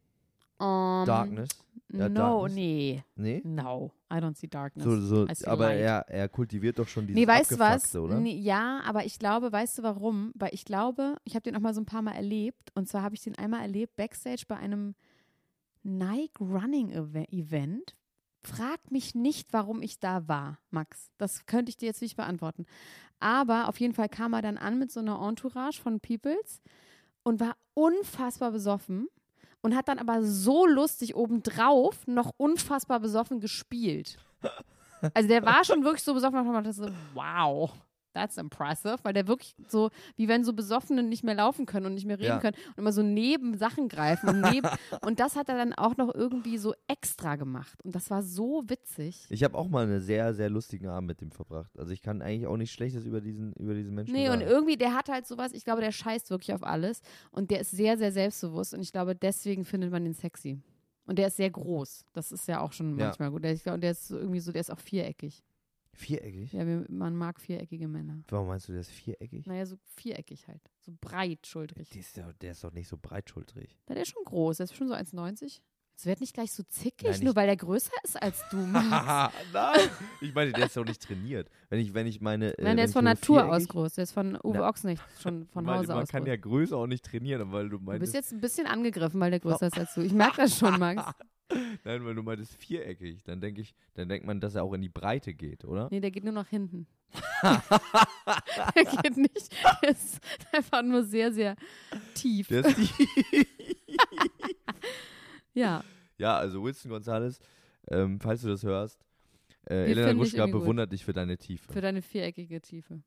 Um, Darkness? Ja, no, Darkness. nee. Nee? No, I don't see darkness. So, so, I see aber light. er, er kultiviert doch schon dieses Nee, weißt du was? Abgefuckte, oder? Nee, ja, aber ich glaube, weißt du warum? Weil ich glaube, ich habe den auch mal so ein paar Mal erlebt. Und zwar habe ich den einmal erlebt, Backstage bei einem Nike Running Eve- Event. Frag mich nicht, warum ich da war, Max. Das könnte ich dir jetzt nicht beantworten. Aber auf jeden Fall kam er dann an mit so einer Entourage von Peoples und war unfassbar besoffen und hat dann aber so lustig obendrauf noch unfassbar besoffen gespielt. Also der war schon wirklich so besoffen, dass man dachte so, wow, that's impressive, weil der wirklich so, wie wenn so Besoffene nicht mehr laufen können und nicht mehr reden Ja. können und immer so neben Sachen greifen und neben und das hat er dann auch noch irgendwie so extra gemacht und das war so witzig. Ich habe auch mal einen sehr, sehr lustigen Abend mit ihm verbracht. Also ich kann eigentlich auch nichts Schlechtes über diesen, über diesen Menschen Nee, sagen. und irgendwie, der hat halt sowas, ich glaube, der scheißt wirklich auf alles und der ist sehr, sehr selbstbewusst und ich glaube, deswegen findet man den sexy. Und der ist sehr groß. Das ist ja auch schon Ja. manchmal gut. Der, ich glaube, der ist so irgendwie so, der ist auch viereckig. Viereckig? Ja, wir, man mag viereckige Männer. Warum meinst du, der ist viereckig? Naja, so viereckig halt. So breitschultrig. Der ist, ja, der ist doch nicht so breitschultrig. Ja, der ist schon groß. Der ist schon so eins neunzig. Jetzt werd nicht gleich so zickig, Nein, nur ich- weil der größer ist als du, Max. Nein! Ich meine, der ist doch nicht trainiert. Wenn ich, wenn ich meine. äh, Nein, wenn der ist ich von höre Natur viereckig, aus groß. Der ist von Uwe Na, Ochsnicht schon von man, Hause man aus kann groß. ja Größe auch nicht trainieren, weil du Du meintest. bist jetzt ein bisschen angegriffen, weil der größer ist als du. Ich merke das schon, Max. Nein, weil du meintest viereckig. Dann denke ich, dann denkt man, dass er auch in die Breite geht, oder? Nee, der geht nur nach hinten. der geht nicht. Der ist einfach nur sehr, sehr tief. Der ist die. Ja. Ja, also Winston Gonzalez, ähm, falls du das hörst, äh, Wir Elena finden dich Gruschka irgendwie gut. bewundert dich für deine Tiefe. Für deine viereckige Tiefe.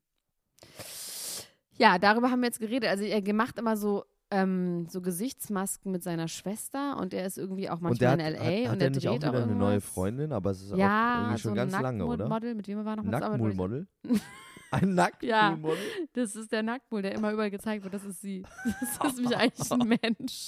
Ja, darüber haben wir jetzt geredet. Also er macht immer so, ähm, so Gesichtsmasken mit seiner Schwester und er ist irgendwie auch und der manchmal hat, in L A hat, hat und er er nicht dreht auch auch wieder eine neue irgendwas. Freundin, aber es ist auch Ja, irgendwie so schon ein ganz lange, oder? Nacktmodel, mit wem er war noch? Nacktmulmodel? Ein Ja. Nacktmulmodel? Das ist der Nacktmull, der immer überall gezeigt wird. Das ist sie. Das ist nämlich eigentlich ein Mensch.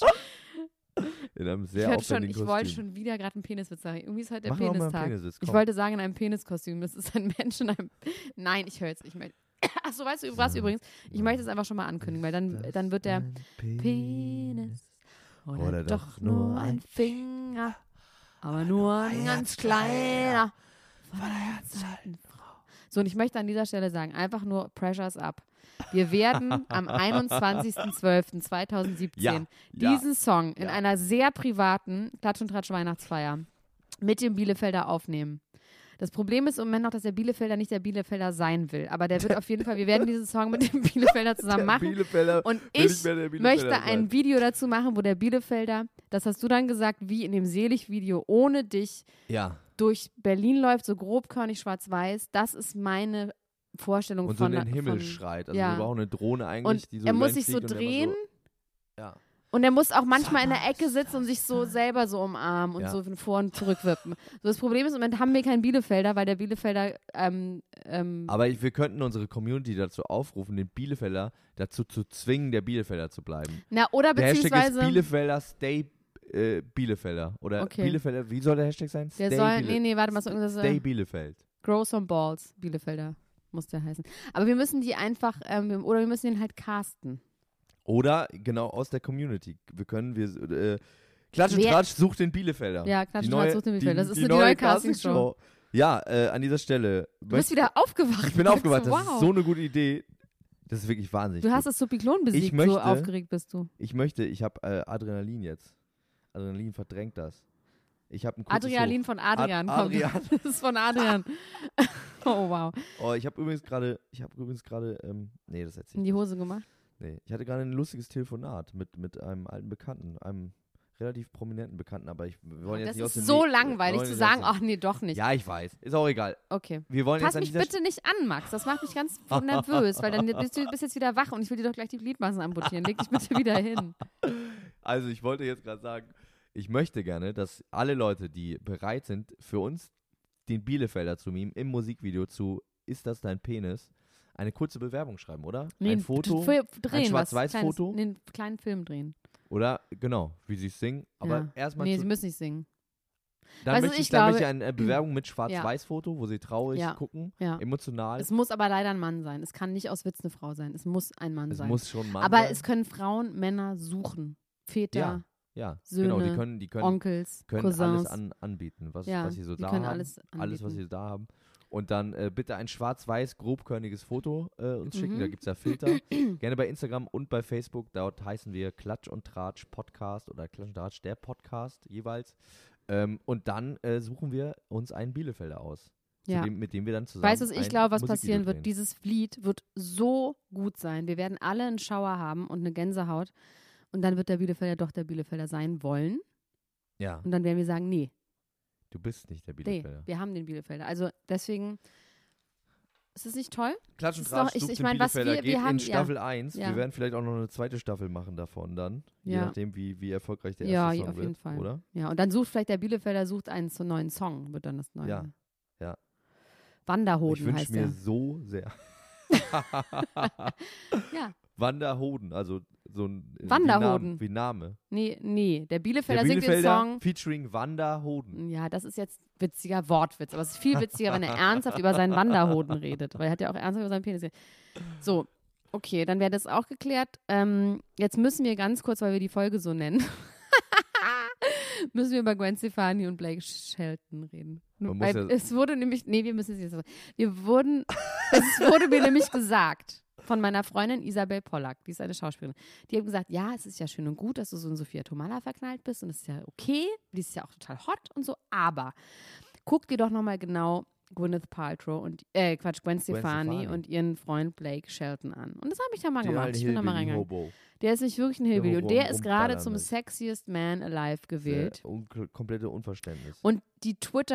In einem Ich, sehr hörte schon, aufwendigen ich Kostüm. wollte schon wieder gerade einen Peniswitz sagen. Irgendwie ist heute der Mach noch mal einen Penistag. Peniswitz, Ich komm. wollte sagen, in einem Peniskostüm. Das ist ein Mensch in einem. Nein, ich höre jetzt nicht mehr. Achso, weißt du was übrigens? Ich möchte es einfach schon mal ankündigen, weil dann, dann wird der Ein Penis oder, Oder doch doch nur nur ein ein Finger, aber nur ein ganz kleiner von einer zarten Frau. So, und ich möchte an dieser Stelle sagen, einfach nur Pressures up. Wir werden am einundzwanzigsten zwölften zweitausendsiebzehn Ja, ja, diesen Song in ja. einer sehr privaten Klatsch und Tratsch Weihnachtsfeier mit dem Bielefelder aufnehmen. Das Problem ist im Moment noch, dass der Bielefelder nicht der Bielefelder sein will. Aber der wird auf jeden Fall, wir werden diesen Song mit dem Bielefelder zusammen Der machen. Bielefelder Und will ich nicht mehr der Bielefelder möchte ein sein. Video dazu machen, wo der Bielefelder, das hast du dann gesagt, wie in dem Selig-Video, ohne dich Ja. durch Berlin läuft, so grobkörnig schwarz-weiß. Das ist meine Vorstellung Und so von... in den Himmel von, schreit. Also ja. wir brauchen eine Drohne eigentlich, Und die so er über muss ihn sich so fliegt und immer drehen. Ja. Und er muss auch manchmal in der Ecke sitzen und sich so selber so umarmen und Ja. so von vor und zurück wippen. So, das Problem ist, im Moment haben wir keinen Bielefelder, weil der Bielefelder ähm, ähm, Aber ich, wir könnten unsere Community dazu aufrufen, den Bielefelder dazu zu zwingen, der Bielefelder zu bleiben. na, oder Der Hashtag ist beziehungsweise Bielefelder Stay äh, Bielefelder. Oder Okay. Bielefelder, wie soll der Hashtag sein? der Stay soll, Biele- nee, nee, warte mal, so irgendwas, Stay äh, Bielefeld. Grow some balls, Bielefelder muss der heißen. Aber wir müssen die einfach, ähm, oder wir müssen den halt casten. Oder genau aus der Community. Wir können, wir, äh, Klatsch und Wer- Tratsch sucht den Bielefelder. Ja, Klatsch Die und Tratsch neue- sucht den Bielefelder. Das die, ist die eine neue neue Castingshow. Ja, äh, an dieser Stelle. Du bist wieder aufgewacht. Ich bin Max. aufgewacht. Das Wow. ist so eine gute Idee. Das ist wirklich wahnsinnig. Du gut. hast das Supiklon besiegt, Ich möchte- so aufgeregt bist du. Ich möchte, ich habe äh, Adrenalin jetzt. Adrenalin verdrängt das. Ich habe ein kurzes Adrenalin Hoch. von Adrian. Ad- kommt. Adrian. Das ist von Adrian. Oh, wow. Oh, ich habe übrigens gerade, ich habe übrigens gerade, ähm, nee, das erzähl In ich die nicht. Hose gemacht. Nee, ich hatte gerade ein lustiges Telefonat mit, mit einem alten Bekannten, einem relativ prominenten Bekannten, aber ich, wir wollen jetzt Das nicht aus ist dem so Weg- langweilig wir wollen zu jetzt sagen, nicht- ach nee, doch nicht. Ja, ich weiß. Ist auch egal. Okay. Wir wollen Fass jetzt an mich dieser bitte nicht an, Max. Das macht mich ganz nervös, weil dann bist du bist jetzt wieder wach und ich will dir doch gleich die Gliedmaßen amputieren. Leg dich bitte wieder hin. Also ich wollte jetzt gerade sagen, ich möchte gerne, dass alle Leute, die bereit sind, für uns den Bielefelder zu mimen, im Musikvideo zu Ist das dein Penis, eine kurze Bewerbung schreiben, oder? Nee, ein Foto, f- drehen, ein was Schwarz-Weiß-Foto Kleines- einen kleinen Film drehen. oder, genau, wie sie es singen. Aber ja. erstmal, Nee, zu, sie müssen nicht singen. dann weißt du, möchte ich, ich dann möchte ich glaube- eine Bewerbung mit Schwarz-Weiß-Foto, wo sie traurig Ja. gucken, Ja. emotional. Es muss aber leider ein Mann sein. Es kann nicht aus Witz eine Frau sein. Es muss ein Mann Es sein. muss schon ein Mann aber sein. es können Frauen, Männer suchen. Väter, Ja, ja, Söhne, genau, die können, die können, Onkels, können Cousins. alles an, anbieten, was, Ja, was sie so die da können haben. alles alles, was anbieten. sie da haben. Und dann äh, bitte ein schwarz-weiß, grobkörniges Foto äh, uns schicken. Mhm. Da gibt es ja Filter. Gerne bei Instagram und bei Facebook. Dort heißen wir Klatsch und Tratsch Podcast oder Klatsch und Tratsch der Podcast jeweils. Ähm, und dann äh, suchen wir uns einen Bielefelder aus, zu Ja. dem, mit dem wir dann zusammen Weißt du, was ich ein glaube, was Musikvideo passieren drehen. wird? Dieses Lied wird so gut sein. Wir werden alle einen Schauer haben und eine Gänsehaut. Und dann wird der Bielefelder doch der Bielefelder sein wollen. Ja, Und dann werden wir sagen, nee, du bist nicht der nee, Bielefelder. wir haben den Bielefelder. Also deswegen, Ist das nicht toll? Klatsch und ist Tratsch, doch- ich- Sucht ich in mein, was Bielefelder wir- geht wir haben- in Staffel ja. eins. Ja. Wir werden vielleicht auch noch eine zweite Staffel machen davon dann. Je Ja. nachdem, wie, wie erfolgreich der Ja, erste Song auf wird, jeden Fall. oder? Ja, und dann sucht vielleicht der Bielefelder sucht einen so neuen Song, wird dann das neue. Ja, ja. Ich Wanderhoden wünsche heißt mir der. so sehr. Ja, Wanderhoden, also so ein Wanderhoden. Wie, Name, wie Name. nee, nee, der Bielefelder, Der singt den Bielefelder Song. featuring Wanderhoden. Ja, das ist jetzt witziger Wortwitz, aber es ist viel witziger, wenn er ernsthaft über seinen Wanderhoden redet, weil er hat ja auch ernsthaft über seinen Penis geredet. So, okay, dann wäre das auch geklärt. Ähm, jetzt müssen wir ganz kurz, weil wir die Folge so nennen, müssen wir über Gwen Stefani und Blake Shelton reden. Man muss Weil ja- es wurde nämlich, nee, wir müssen es jetzt, wir wurden, es wurde mir nämlich gesagt von meiner Freundin Isabel Pollack, die ist eine Schauspielerin, die hat gesagt, ja, es ist ja schön und gut, dass du so in Sophia Tomala verknallt bist und es ist ja okay, die ist ja auch total hot und so, aber guck dir doch nochmal genau Gwyneth Paltrow und, äh, Quatsch, Gwen Stefani, Stefani. und ihren Freund Blake Shelton an. Und das habe ich da mal Der gemacht. alte Ich bin da mal Hillbilly reingegangen. Hobo. Der ist nicht wirklich ein Hillbilly Der und rum- der ist gerade rumballern zum ist. sexiest man alive gewählt. Der un komplette Unverständnis. Und die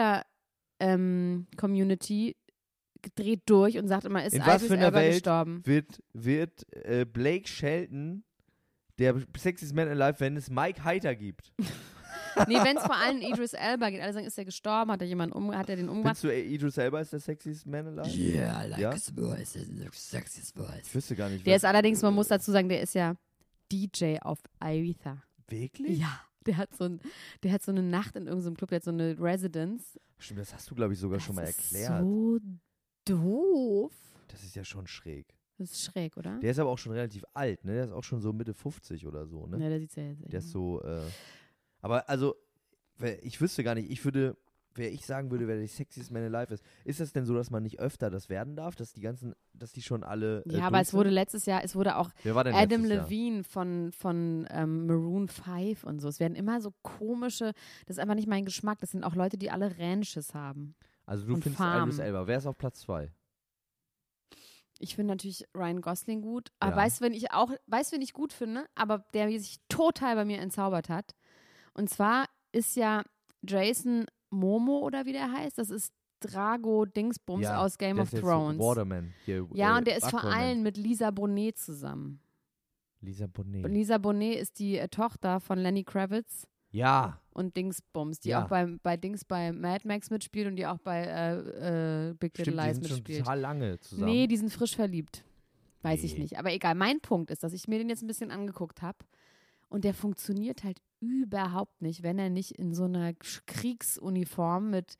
Twitter-Community dreht durch und sagt immer, ist In was Idris für einer Elba Welt gestorben? wird, wird äh, Blake Shelton der Sexiest Man Alive, wenn es Mike Heiter gibt? Nee, wenn es vor allem Idris Elba geht, alle sagen, ist er gestorben, hat er jemanden um, hat er den umgebracht? Findest du, äh, Idris Elba ist der Sexiest Man Alive? Yeah, I like Ja? his voice. It's the sexiest voice. Ich wüsste gar nicht. Der was- ist allerdings, man muss dazu sagen, der ist ja D J auf Ibiza. Wirklich? Ja, der hat so, ein, der hat so eine Nacht in irgendeinem Club, der hat so eine Residence. Stimmt, das hast du, glaube ich, sogar schon mal Das ist erklärt. so doof. Das ist ja schon schräg. Das ist schräg, oder? Der ist aber auch schon relativ alt, ne? Der ist auch schon so Mitte fünfzig oder so, ne? Ja, der sieht sehr, sehr Der ist so, äh, aber also, wer- ich wüsste gar nicht, ich würde, wer ich sagen würde, wer der Sexiest Man Alive ist, ist das denn so, dass man nicht öfter das werden darf, dass die ganzen, dass die schon alle äh, Ja, aber durch es wurde sind? letztes Jahr, es wurde auch Wer war denn Adam letztes Jahr? Levine von, von ähm, Maroon five und so. Es werden immer so komische, das ist einfach nicht mein Geschmack. Das sind auch Leute, die alle Ranches haben. Also du und findest Farm. Idris Elba. Wer ist auf Platz zwei? Ich finde natürlich Ryan Gosling gut. Aber Ja. weißt du, wenn ich auch, weißt du, wen ich gut finde, aber der sich total bei mir entzaubert hat? Und zwar ist ja Jason Momo oder wie der heißt, das ist Drago Dingsbums Ja, aus Game der of ist jetzt Thrones. Waterman. Hier, Ja, äh, und der ist vor Aquaman. allem mit Lisa Bonet zusammen. Lisa Bonet. Lisa Bonet ist die äh, Tochter von Lenny Kravitz Ja, und Dingsbums, die Ja. auch bei, bei Dings bei Mad Max mitspielt und die auch bei äh, äh, Big stimmt, Little die Lies sind schon mitspielt. total lange zusammen. Nee, die sind frisch verliebt. Weiß ich Nee. nicht. Aber egal, mein Punkt ist, dass ich mir den jetzt ein bisschen angeguckt habe und der funktioniert halt überhaupt nicht, wenn er nicht in so einer Sch- Kriegsuniform mit,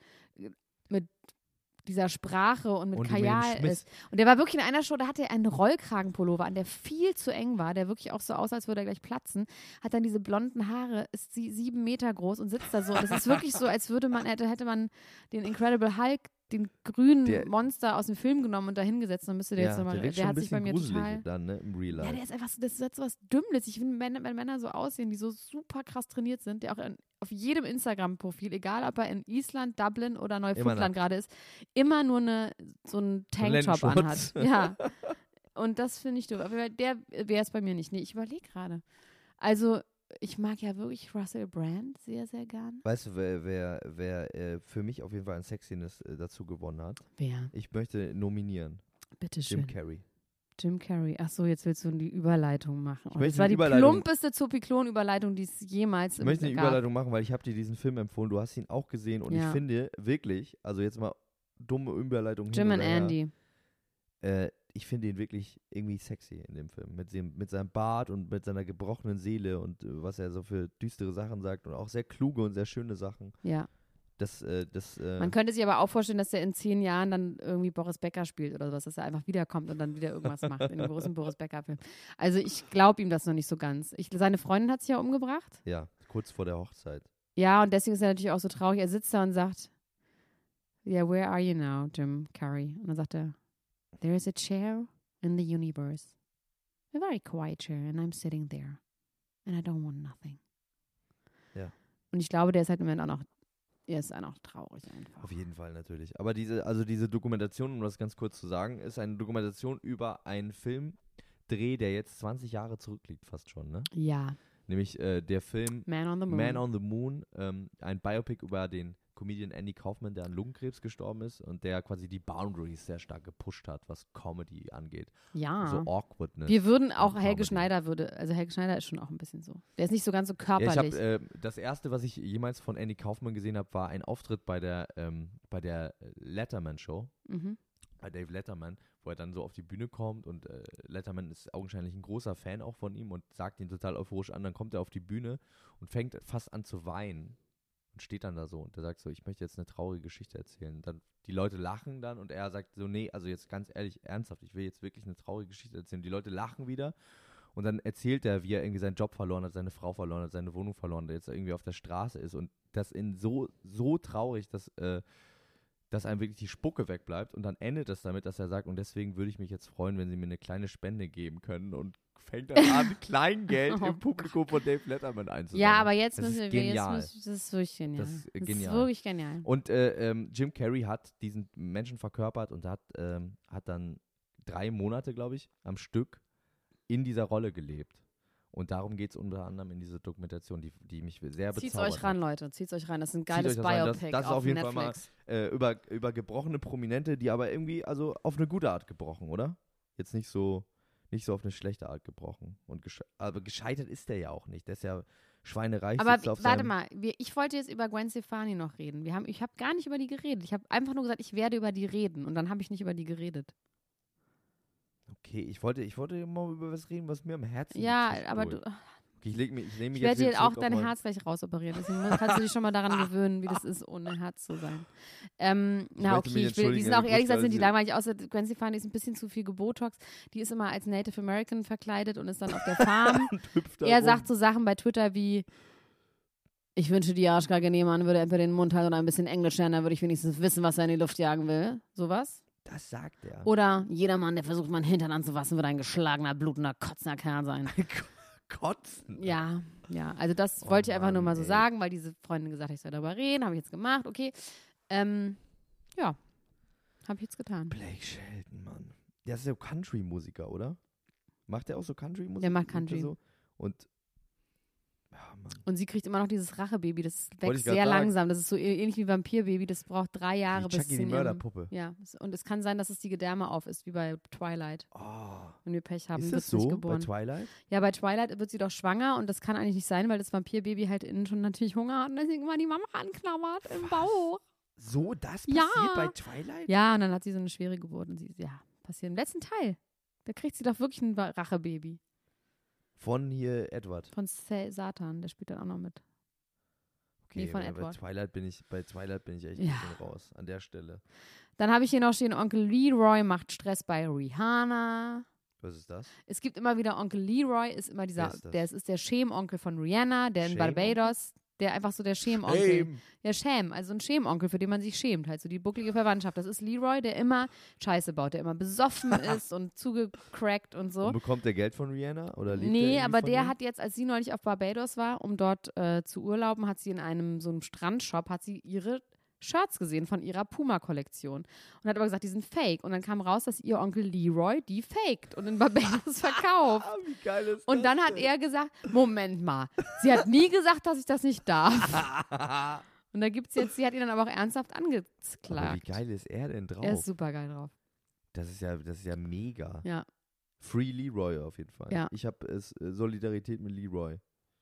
mit dieser Sprache und mit Und mit dem Kajal Schmiss. ist. Und der war wirklich in einer Show, da hatte er einen Rollkragenpullover an, der viel zu eng war, der wirklich auch so aussah, als würde er gleich platzen, hat dann diese blonden Haare, ist sie sieben Meter groß und sitzt da so. Und es ist wirklich so, als würde man, hätte, hätte man den Incredible Hulk, den grünen Der- Monster aus dem Film genommen und da hingesetzt, dann müsste der ja, jetzt nochmal, der, der, wirkt schon ein hat sich bei bisschen mir gruselig total. dann, ne, im Real Life. Ja, der ist einfach so, das ist so was Dümmles. Ich finde, wenn, wenn Männer so aussehen, die so super krass trainiert sind, der auch in, auf jedem Instagram-Profil, egal ob er in Island, Dublin oder Neufundland nackt. gerade ist, immer nur eine, so einen Tanktop Lendenschurz. anhat. Ja. Und das finde ich doof. Aber der wäre es bei mir nicht. Nee, ich überlege gerade. Also, ich mag ja wirklich Russell Brand sehr, sehr gern. Weißt du, wer, wer, wer äh, für mich auf jeden Fall an Sexiness äh, dazu gewonnen hat? Wer? Ich möchte nominieren. Bitte schön. Jim Carrey. Jim Carrey. Ach so, jetzt willst du die Überleitung machen. Oh, möchte das war eine die Überleitung. plumpeste Zopiklon-Überleitung, die es jemals Ich möchte eine gab. Überleitung machen, weil ich habe dir diesen Film empfohlen. Du hast ihn auch gesehen und Ja. ich finde wirklich, also jetzt mal dumme Überleitung hin Jim and oder her, Andy. Äh, ich finde ihn wirklich irgendwie sexy in dem Film. Mit, dem, mit seinem Bart und mit seiner gebrochenen Seele und äh, was er so für düstere Sachen sagt und auch sehr kluge und sehr schöne Sachen. Ja. Das, äh, das, äh, Man könnte sich aber auch vorstellen, dass er in zehn Jahren dann irgendwie Boris Becker spielt oder sowas, dass er einfach wiederkommt und dann wieder irgendwas macht in dem großen Boris Becker-Film. Also ich glaube ihm das noch nicht so ganz. Ich, seine Freundin hat sich ja umgebracht. ja, kurz vor der Hochzeit. Ja, und deswegen ist er natürlich auch so traurig. Er sitzt da und sagt, yeah, where are you now, Jim Carrey? Und dann sagt er, there is a chair in the universe. A very quiet chair and I'm sitting there. And I don't want nothing. Ja. Und ich glaube, der ist halt im Moment auch noch, er ist auch noch traurig einfach. Auf jeden Fall natürlich. Aber diese, also diese Dokumentation, um das ganz kurz zu sagen, ist eine Dokumentation über einen Filmdreh, der jetzt zwanzig Jahre zurückliegt fast schon, ne? Ja, Nämlich äh, der Film Man on the Moon. Man on the Moon, ähm, ein Biopic über den Comedian Andy Kaufman, der an Lungenkrebs gestorben ist und der quasi die Boundaries sehr stark gepusht hat, was Comedy angeht. Ja. So Awkwardness. Wir würden auch, und Helge Comedy. Schneider würde, also Helge Schneider ist schon auch ein bisschen so. Der ist nicht so ganz so Ja, körperlich. ich hab, äh, das erste, was ich jemals von Andy Kaufman gesehen habe, war ein Auftritt bei der, ähm, bei der Letterman-Show, mhm. bei Dave Letterman, wo er dann so auf die Bühne kommt und äh, Letterman ist augenscheinlich ein großer Fan auch von ihm und sagt ihn total euphorisch an, dann kommt er auf die Bühne und fängt fast an zu weinen und steht dann da so und er sagt so, ich möchte jetzt eine traurige Geschichte erzählen. Und dann die Leute lachen dann und er sagt so, nee, also jetzt ganz ehrlich, ernsthaft, ich will jetzt wirklich eine traurige Geschichte erzählen. Die Leute lachen wieder und dann erzählt er, wie er irgendwie seinen Job verloren hat, seine Frau verloren hat, seine Wohnung verloren hat, jetzt irgendwie auf der Straße ist und das in so, so traurig, dass, äh, dass einem wirklich die Spucke wegbleibt und dann endet es damit, dass er sagt, und deswegen würde ich mich jetzt freuen, wenn Sie mir eine kleine Spende geben können und fängt dann an, Kleingeld Oh im Publikum von Dave Letterman einzusammeln. Ja, aber jetzt das müssen ist wir, genial. jetzt müssen, das ist wirklich genial. Das ist Das ist genial. wirklich genial. Und äh, ähm, Jim Carrey hat diesen Menschen verkörpert und hat, ähm, hat dann drei Monate, glaube ich, am Stück in dieser Rolle gelebt. Und darum geht es unter anderem in dieser Dokumentation, die, die mich sehr bezaubert Zieht's euch ran, hat. Leute. Zieht's euch rein. Das ist ein Zieht geiles euch das rein. Das- Biopic das ist auf, auf jeden Fall Netflix. Äh, über, über gebrochene Prominente, die aber irgendwie, also auf eine gute Art gebrochen, oder? Jetzt nicht so, nicht so auf eine schlechte Art gebrochen. Und gesche aber gescheitert ist der ja auch nicht. Der ist ja schweinereich. Aber sitzt auf warte seinem mal, wir, ich wollte jetzt über Gwen Stefani noch reden. Wir haben, ich habe gar nicht über die geredet. Ich habe einfach nur gesagt, ich werde über die reden. Und dann habe ich nicht über die geredet. Okay, ich wollte, ich wollte mal über was reden, was mir am Herzen Ja, liegt. aber zwischendurch. du, Okay, ich leg mich, ich nehme mich ich werde jetzt dir wieder auch zurück dein auf mein- Herz gleich rausoperieren. Deswegen muss- kannst du dich schon mal daran gewöhnen, wie das ist, ohne Herz zu sein. Ähm, na möchte mich okay, ich will, die entschuldigen, sind auch Herr ehrlich gesagt, sind die Buschka, langweilig, außer Gwen Stefani ist ein bisschen zu viel Gebotox. Die ist immer als Native American verkleidet und ist dann auf der Farm. hüpft da Er rum. sagt so Sachen bei Twitter wie, ich wünsche, die Arschgeige nehmen würde entweder den Mund halten oder ein bisschen Englisch lernen, dann würde ich wenigstens wissen, was er in die Luft jagen will. Sowas. Das sagt er. Oder jeder Mann, der versucht, meinen Hintern anzufassen, wird ein geschlagener, blutender, kotzender Kerl sein. Kotzen. Ja, ja. Also das Oh wollte ich einfach Mann, nur mal so ey. sagen, weil diese Freundin gesagt hat, ich soll darüber reden. Habe ich jetzt gemacht, okay. Ähm, ja, habe ich jetzt getan. Blake Shelton, Mann. Der ist ja Country-Musiker, oder? Macht der auch so Country-Musik? Der macht Singt Country. So? Und, ja, Mann. Und sie kriegt immer noch dieses Rachebaby, das Wollte wächst ich grad sehr sagen. langsam. Das ist so ä- ähnlich wie Vampirbaby, das braucht drei Jahre Die bis Chucky, es die in ihrem- Mörderpuppe. Ja, und es kann sein, dass es die Gedärme auf ist, wie bei Twilight. Oh. Wenn wir Pech haben, Ist wird das es nicht so bei geboren. Twilight? Ja, bei Twilight wird sie doch schwanger und das kann eigentlich nicht sein, weil das Vampirbaby halt innen schon natürlich Hunger hat und deswegen immer die Mama anknabbert im Was? Bauch. So, das Ja. passiert bei Twilight? Ja, und dann hat sie so eine schwere Geburt und sie, ja, passiert im letzten Teil. Da kriegt sie doch wirklich ein Rachebaby Von hier Edward. von Sa- Satan, der spielt dann auch noch mit. Okay, Nee, von bei, bei Edward. Twilight bin ich, bei Twilight bin ich echt Ja. ein bisschen raus. An der Stelle. Dann habe ich hier noch stehen, Onkel Leroy macht Stress bei Rihanna. Was ist das? Es gibt immer wieder Onkel Leroy, ist immer dieser, Wer ist das? der ist, ist der Schämonkel von Rihanna, der in Schämonkel? Barbados, der einfach so der Schämonkel. Shame. Ja, Schäm, also ein Schämonkel, für den man sich schämt, halt so die bucklige Verwandtschaft. Das ist Leroy, der immer Scheiße baut, der immer besoffen ist und zugecrackt und so. Und bekommt der Geld von Rihanna? Oder lebt der Nee, irgendwie aber von der ihr? hat jetzt, als sie neulich auf Barbados war, um dort äh, zu urlauben, hat sie in einem so einem Strandshop, hat sie ihre Shirts gesehen von ihrer Puma-Kollektion und hat aber gesagt, die sind fake. Und dann kam raus, dass ihr Onkel Leroy die faked und in Barbados verkauft. Ah, wie geil ist Und das dann hat denn? er gesagt, Moment mal, sie hat nie gesagt, dass ich das nicht darf. Und da gibt's jetzt, sie hat ihn dann aber auch ernsthaft Aber wie angeklagt. geil ist er denn drauf? Er ist super geil drauf. Das ist ja, das ist ja mega. Ja. Free Leroy auf jeden Fall. Ja. Ich habe äh, Solidarität mit Leroy.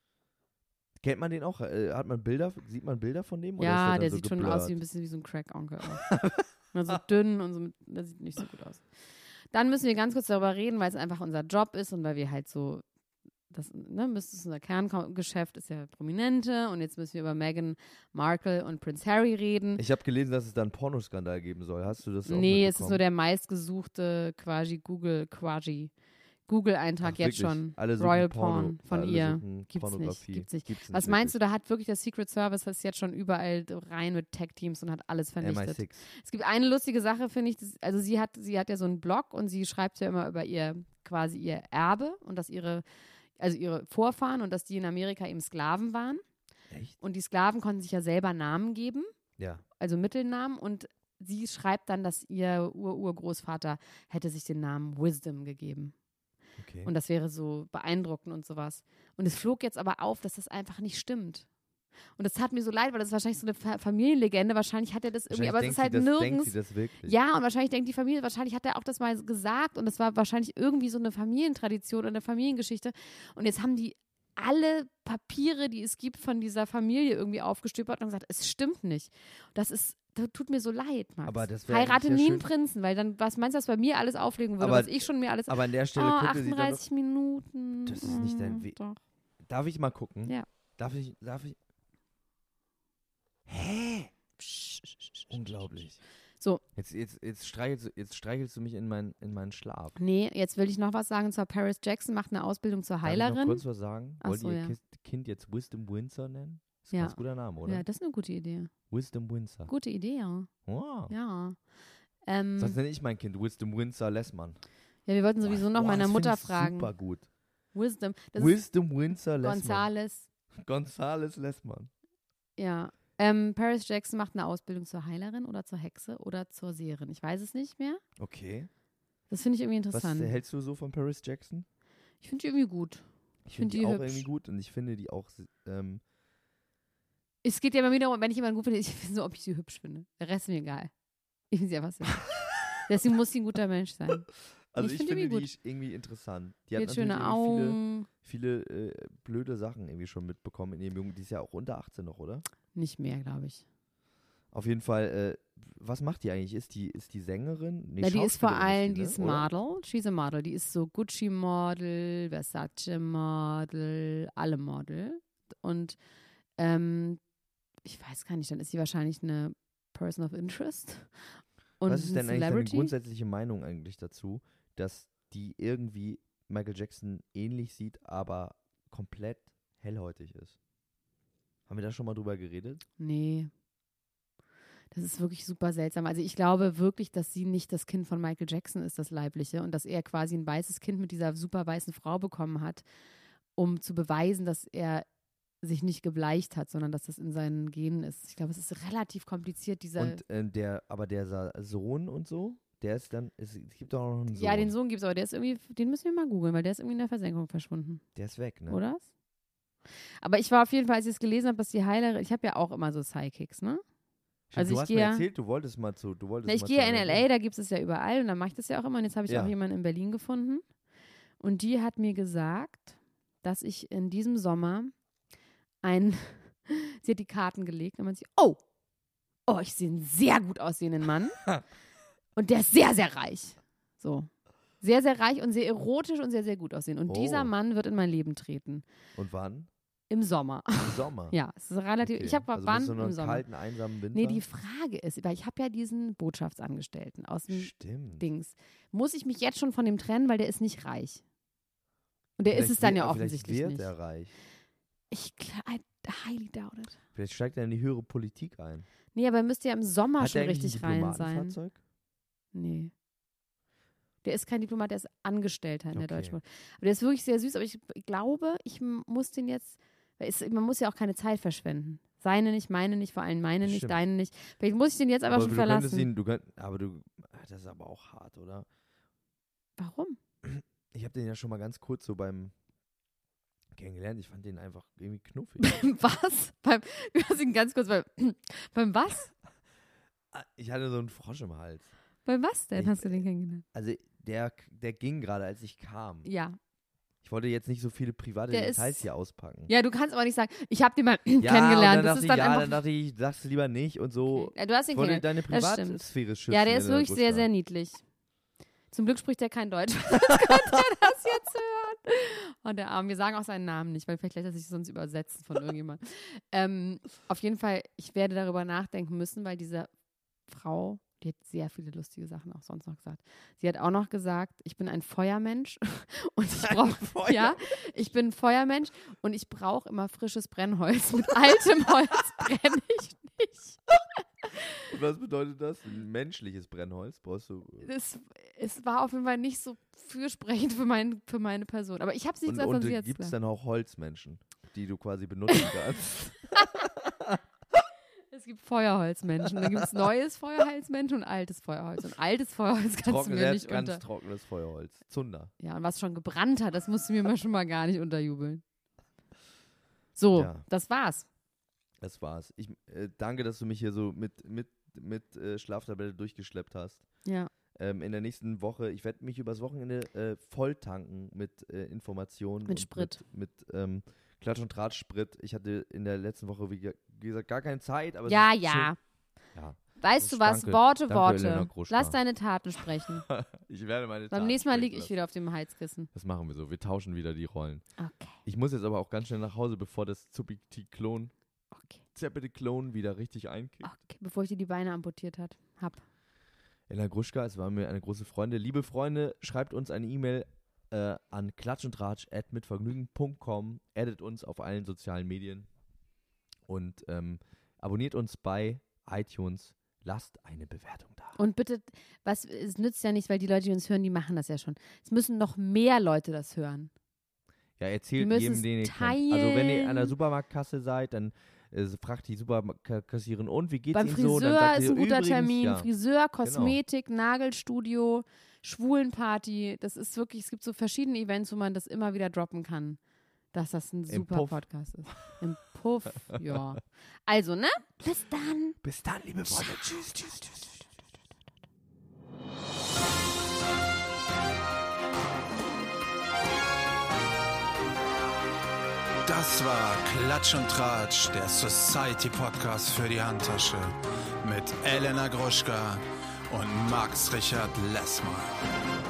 Kennt man den auch? Äh, hat man Bilder, sieht man Bilder von dem? Oder ist Ja, dann der so sieht schon geblurrt? aus wie ein bisschen wie so ein Crack-Onkel. auch. Also dünn und so, mit, der sieht nicht so gut aus. Dann müssen wir ganz kurz darüber reden, weil es einfach unser Job ist und weil wir halt so, das, ne, das ist unser Kerngeschäft, ist ja Prominente und jetzt müssen wir über Meghan Markle und Prince Harry reden. Ich habe gelesen, dass es da einen Pornoskandal geben soll. Hast du das auch Nee, es ist mitbekommen? nur der meistgesuchte quasi Google, quasi Google-Eintrag Ach, jetzt wirklich? schon. Alle suchen Royal Porno, Porn von alle ihr. suchen Gibt's nicht, Pornografie. gibt's nicht. Gibt's Was meinst du, da hat wirklich der Secret Service das jetzt schon überall rein mit Tech-Teams und hat alles M I vernichtet. sechs. Es gibt eine lustige Sache, finde ich. Das, also sie hat, sie hat ja so einen Blog und sie schreibt ja immer über ihr quasi ihr Erbe und dass ihre, also ihre Vorfahren und dass die in Amerika eben Sklaven waren. Echt? Und die Sklaven konnten sich ja selber Namen geben, Ja. also Mittelnamen. Und sie schreibt dann, dass ihr Ur-Urgroßvater hätte sich den Namen Wisdom gegeben. Okay. Und das wäre so beeindruckend und sowas. Und es flog jetzt aber auf, dass das einfach nicht stimmt. Und das tat mir so leid, weil das ist wahrscheinlich so eine Fa- Familienlegende. Wahrscheinlich hat er das irgendwie, aber es ist halt denkt sie das, nirgends. Denkt sie das wirklich? Ja, und wahrscheinlich denkt die Familie, wahrscheinlich hat er auch das mal gesagt und das war wahrscheinlich irgendwie so eine Familientradition oder eine Familiengeschichte. Und jetzt haben die alle Papiere, die es gibt, von dieser Familie irgendwie aufgestöbert und gesagt, es stimmt nicht. Das ist, das tut mir so leid, Max. Aber das wär Heirate eigentlich nie ja einen schön. Prinzen, weil dann, was meinst du, was bei mir alles auflegen würde, Aber- was ich schon mir alles... Aber an der Stelle oh, guckte sie dann noch, achtunddreißig Minuten. Das ist nicht dein Mm, We- Doch. darf ich mal gucken? Ja. Darf ich, darf ich? Hä? Psch, psch, psch, psch. Unglaublich. So. Jetzt, jetzt, jetzt, streichelst, du- jetzt streichelst du mich in, mein, in meinen Schlaf. Nee, jetzt will ich noch was sagen zur Paris Jackson, macht eine Ausbildung zur Darf ich noch Heilerin. kurz was sagen? Ach Wollt so, ihr ja. Kind- Kind jetzt Wisdom Windsor nennen? Ist ein Ja. ganz guter Name, oder? Ja, das ist eine gute Idee. Wisdom Windsor. Gute Idee, ja. Wow. Ja. Ähm, Sonst nenne ich mein Kind Wisdom Windsor Lessmann. ja, wir wollten sowieso noch Boah, meiner das Mutter find ich fragen. Super gut. Wisdom. Das Wisdom Windsor ist Lessmann. Gonzales. Gonzales Lessmann. Ja. Ähm, Paris Jackson macht eine Ausbildung zur Heilerin oder zur Hexe oder zur Seherin. Ich weiß es nicht mehr. Okay. Das finde ich irgendwie Was interessant. hältst du so von Paris Jackson? Ich finde die irgendwie gut. Ich find finde die, die auch hübsch. irgendwie gut und ich finde die auch ähm, Es geht ja immer wieder, wenn ich jemanden gut finde, ich finde so, ob ich sie hübsch finde. Der Rest ist mir egal. Ich finde sie einfach so. Deswegen muss sie ein guter Mensch sein. Also Ich ich, find die finde irgendwie die ist irgendwie interessant. Die Die hat hat natürlich schöne irgendwie Augen. viele, viele äh, blöde Sachen irgendwie schon mitbekommen in ihrem Jungen. Die ist ja auch unter achtzehn noch, oder? Nicht mehr, glaube ich. Auf jeden Fall, äh, was macht die eigentlich? Ist die, ist die Sängerin? Nee, Na, die ist vor Schauspielerin allem, die, die ne? ist Oder? Model. She's a Model. Die ist so Gucci-Model, Versace-Model, alle Model. Und ähm, ich weiß gar nicht, dann ist sie wahrscheinlich eine Person of Interest. Und Was ist denn eine eigentlich deine Celebrity. grundsätzliche Meinung eigentlich dazu, dass die irgendwie Michael Jackson ähnlich sieht, aber komplett hellhäutig ist? Haben wir da schon mal drüber geredet? Nee. Das ist wirklich super seltsam. Also ich glaube wirklich, dass sie nicht das Kind von Michael Jackson ist, das Leibliche, und dass er quasi ein weißes Kind mit dieser super weißen Frau bekommen hat, um zu beweisen, dass er sich nicht gebleicht hat, sondern dass das in seinen Genen ist. Ich glaube, es ist relativ kompliziert, dieser... Und äh, der, aber der Sa- Sohn und so, der ist dann, es, es gibt doch noch einen Sohn. ja, den Sohn gibt es, aber der ist irgendwie, den müssen wir mal googeln, weil der ist irgendwie in der Versenkung verschwunden. Der ist weg, ne? Oder? Aber ich war auf jeden Fall, als ich es gelesen habe, dass die Heilerin, ich habe ja auch immer so Sidekicks, ne? Stimmt, also du ich hast gehe mir ja- erzählt, du wolltest mal zu, du wolltest Na, ich mal gehe zu in einer- L A, da gibt es ja überall und dann mache ich das ja auch immer. Und jetzt habe ich Ja. auch jemanden in Berlin gefunden. Und die hat mir gesagt, dass ich in diesem Sommer ein, sie hat die Karten gelegt und man sieht, oh, oh, ich sehe einen sehr gut aussehenden Mann. Und der ist sehr, sehr reich. So. Sehr, sehr reich und sehr erotisch und sehr, sehr gut aussehen. Und Oh. dieser Mann wird in mein Leben treten. Und wann? Im Sommer. Im Sommer. Ja, es ist relativ, Okay. ich habe also wann bist du noch im einen Sommer. kalten, einsamen Winter? Nee, die Frage ist, weil ich habe ja diesen Botschaftsangestellten aus dem Stimmt. Dings. Muss ich mich jetzt schon von dem trennen, weil der ist nicht reich? Und der ist Vielleicht es dann wird- ja aber offensichtlich Vielleicht wird nicht. er reich. Ich gl- I highly doubt it. Vielleicht steigt er in die höhere Politik ein. Nee, aber er müsste ja im Sommer Hat schon er eigentlich richtig ein rein sein. Diplomatenfahrzeug? Nee. Der ist kein Diplomat, der ist Angestellter in der Okay. Deutschen Post. Aber der ist wirklich sehr süß, aber ich glaube, ich m- muss den jetzt, weil es, man muss ja auch keine Zeit verschwenden. Seine nicht, meine nicht, vor allem meine nicht, Stimmt. deine nicht. Vielleicht muss ich den jetzt aber, aber schon du verlassen. könntest ihn, du könnt, aber du, ah, das ist aber auch hart, oder? Warum? Ich habe den ja schon mal ganz kurz so beim kennengelernt. Ich fand den einfach irgendwie knuffig. Was? Beim, du hast ihn ganz kurz beim, beim was? Ah, ich hatte so einen Frosch im Hals. Beim was denn Ich- hast du den kennengelernt? Also der, der ging gerade, als ich kam. Ja. Ich wollte jetzt nicht so viele private Der Details ist- hier auspacken. Ja, du kannst aber nicht sagen, ich habe den mal Ja, kennengelernt. Und dann Das dachte ist ich, dann ja, einfach. dann dachte ich, sagst du lieber nicht und so. Okay. Ja, du hast ihn Ich wollte kennengelernt. deine Das stimmt. Privatsphäre schützen. Ja, der ist Elena wirklich sehr, Gruschka. sehr niedlich. Zum Glück spricht er kein Deutsch. Sonst könnte er das jetzt hören. Und der Arm, wir sagen auch seinen Namen nicht, weil vielleicht lässt er sich sonst übersetzen von irgendjemand. ähm, auf jeden Fall, ich werde darüber nachdenken müssen, weil diese Frau, die hat sehr viele lustige Sachen auch sonst noch gesagt. Sie hat auch noch gesagt, ich bin ein Feuermensch und ich brauche, Feuer- ja, ich bin ein Feuermensch und ich brauche immer frisches Brennholz. Mit altem Holz brenne ich nicht. Und was bedeutet das? Ein menschliches Brennholz brauchst du. Es, es war auf jeden Fall nicht so fürsprechend für, mein, für meine Person. Aber ich habe es nicht Und, gesagt, und sondern sie jetzt gibt es gesagt. dann auch Holzmenschen, die du quasi benutzen kannst? Es gibt Feuerholzmenschen. Da gibt es neues Feuerholzmenschen und altes Feuerholz. Und altes Feuerholz kannst du mir Trockenes, nicht ganz unter... trockenes Feuerholz. Zunder. Ja, und was schon gebrannt hat, das musst du mir mal schon mal gar nicht unterjubeln. So, Ja. das war's. Das war's. Ich äh, danke, dass du mich hier so mit, mit, mit äh, Schlaftablette durchgeschleppt hast. Ja. Ähm, in der nächsten Woche, ich werde mich übers Wochenende äh, voll tanken mit äh, Informationen. Mit und Sprit. Mit, mit ähm, Klatsch- und Tratsch-Sprit. Ich hatte in der letzten Woche, wie, ge- wie gesagt, gar keine Zeit. Aber Ja, es ist ja. Schön. Ja. Weißt du was? Danke. Worte, Danke, Elena Worte. Gruschka. Lass deine Taten sprechen. Ich werde meine Beim Taten nächsten Mal sprechen liege ich lassen. wieder auf dem Heizkissen. Das machen wir so. Wir tauschen wieder die Rollen. Okay. Ich muss jetzt aber auch ganz schnell nach Hause, bevor das Zuppi-Klon, Okay. Zeppeli-Klon wieder richtig einkickt. Okay. Bevor ich dir die Beine amputiert hat. Hab. Elena Gruschka, es war mir eine große Freude. Liebe Freunde, schreibt uns eine E-Mail äh, an klatschundtratsch at mitvergnügen punkt com, addet uns auf allen sozialen Medien und ähm, abonniert uns bei iTunes. Lasst eine Bewertung da. Und bitte, was, es nützt ja nicht, weil die Leute, die uns hören, die machen das ja schon. Es müssen noch mehr Leute das hören. Ja, erzählt Die müssen jedem, es den ihr teilen. kennt. Also wenn ihr an der Supermarktkasse seid, dann äh, fragt die Supermarktkassiererin, und wie geht's Beim Ihnen Friseur so? Dann sagt ist sie, ein guter übrigens, Termin. ja. Friseur, Kosmetik, Nagelstudio, Schwulenparty. Das ist wirklich, es gibt so verschiedene Events, wo man das immer wieder droppen kann. Dass das ein super Puff. Podcast ist. Im Puff, ja. Also, ne? Bis dann. Bis dann, liebe Freunde. Tschüss, tschüss, tschüss. Das war Klatsch und Tratsch, der Society-Podcast für die Handtasche mit Elena Gruschka und Max Richard Lessmann.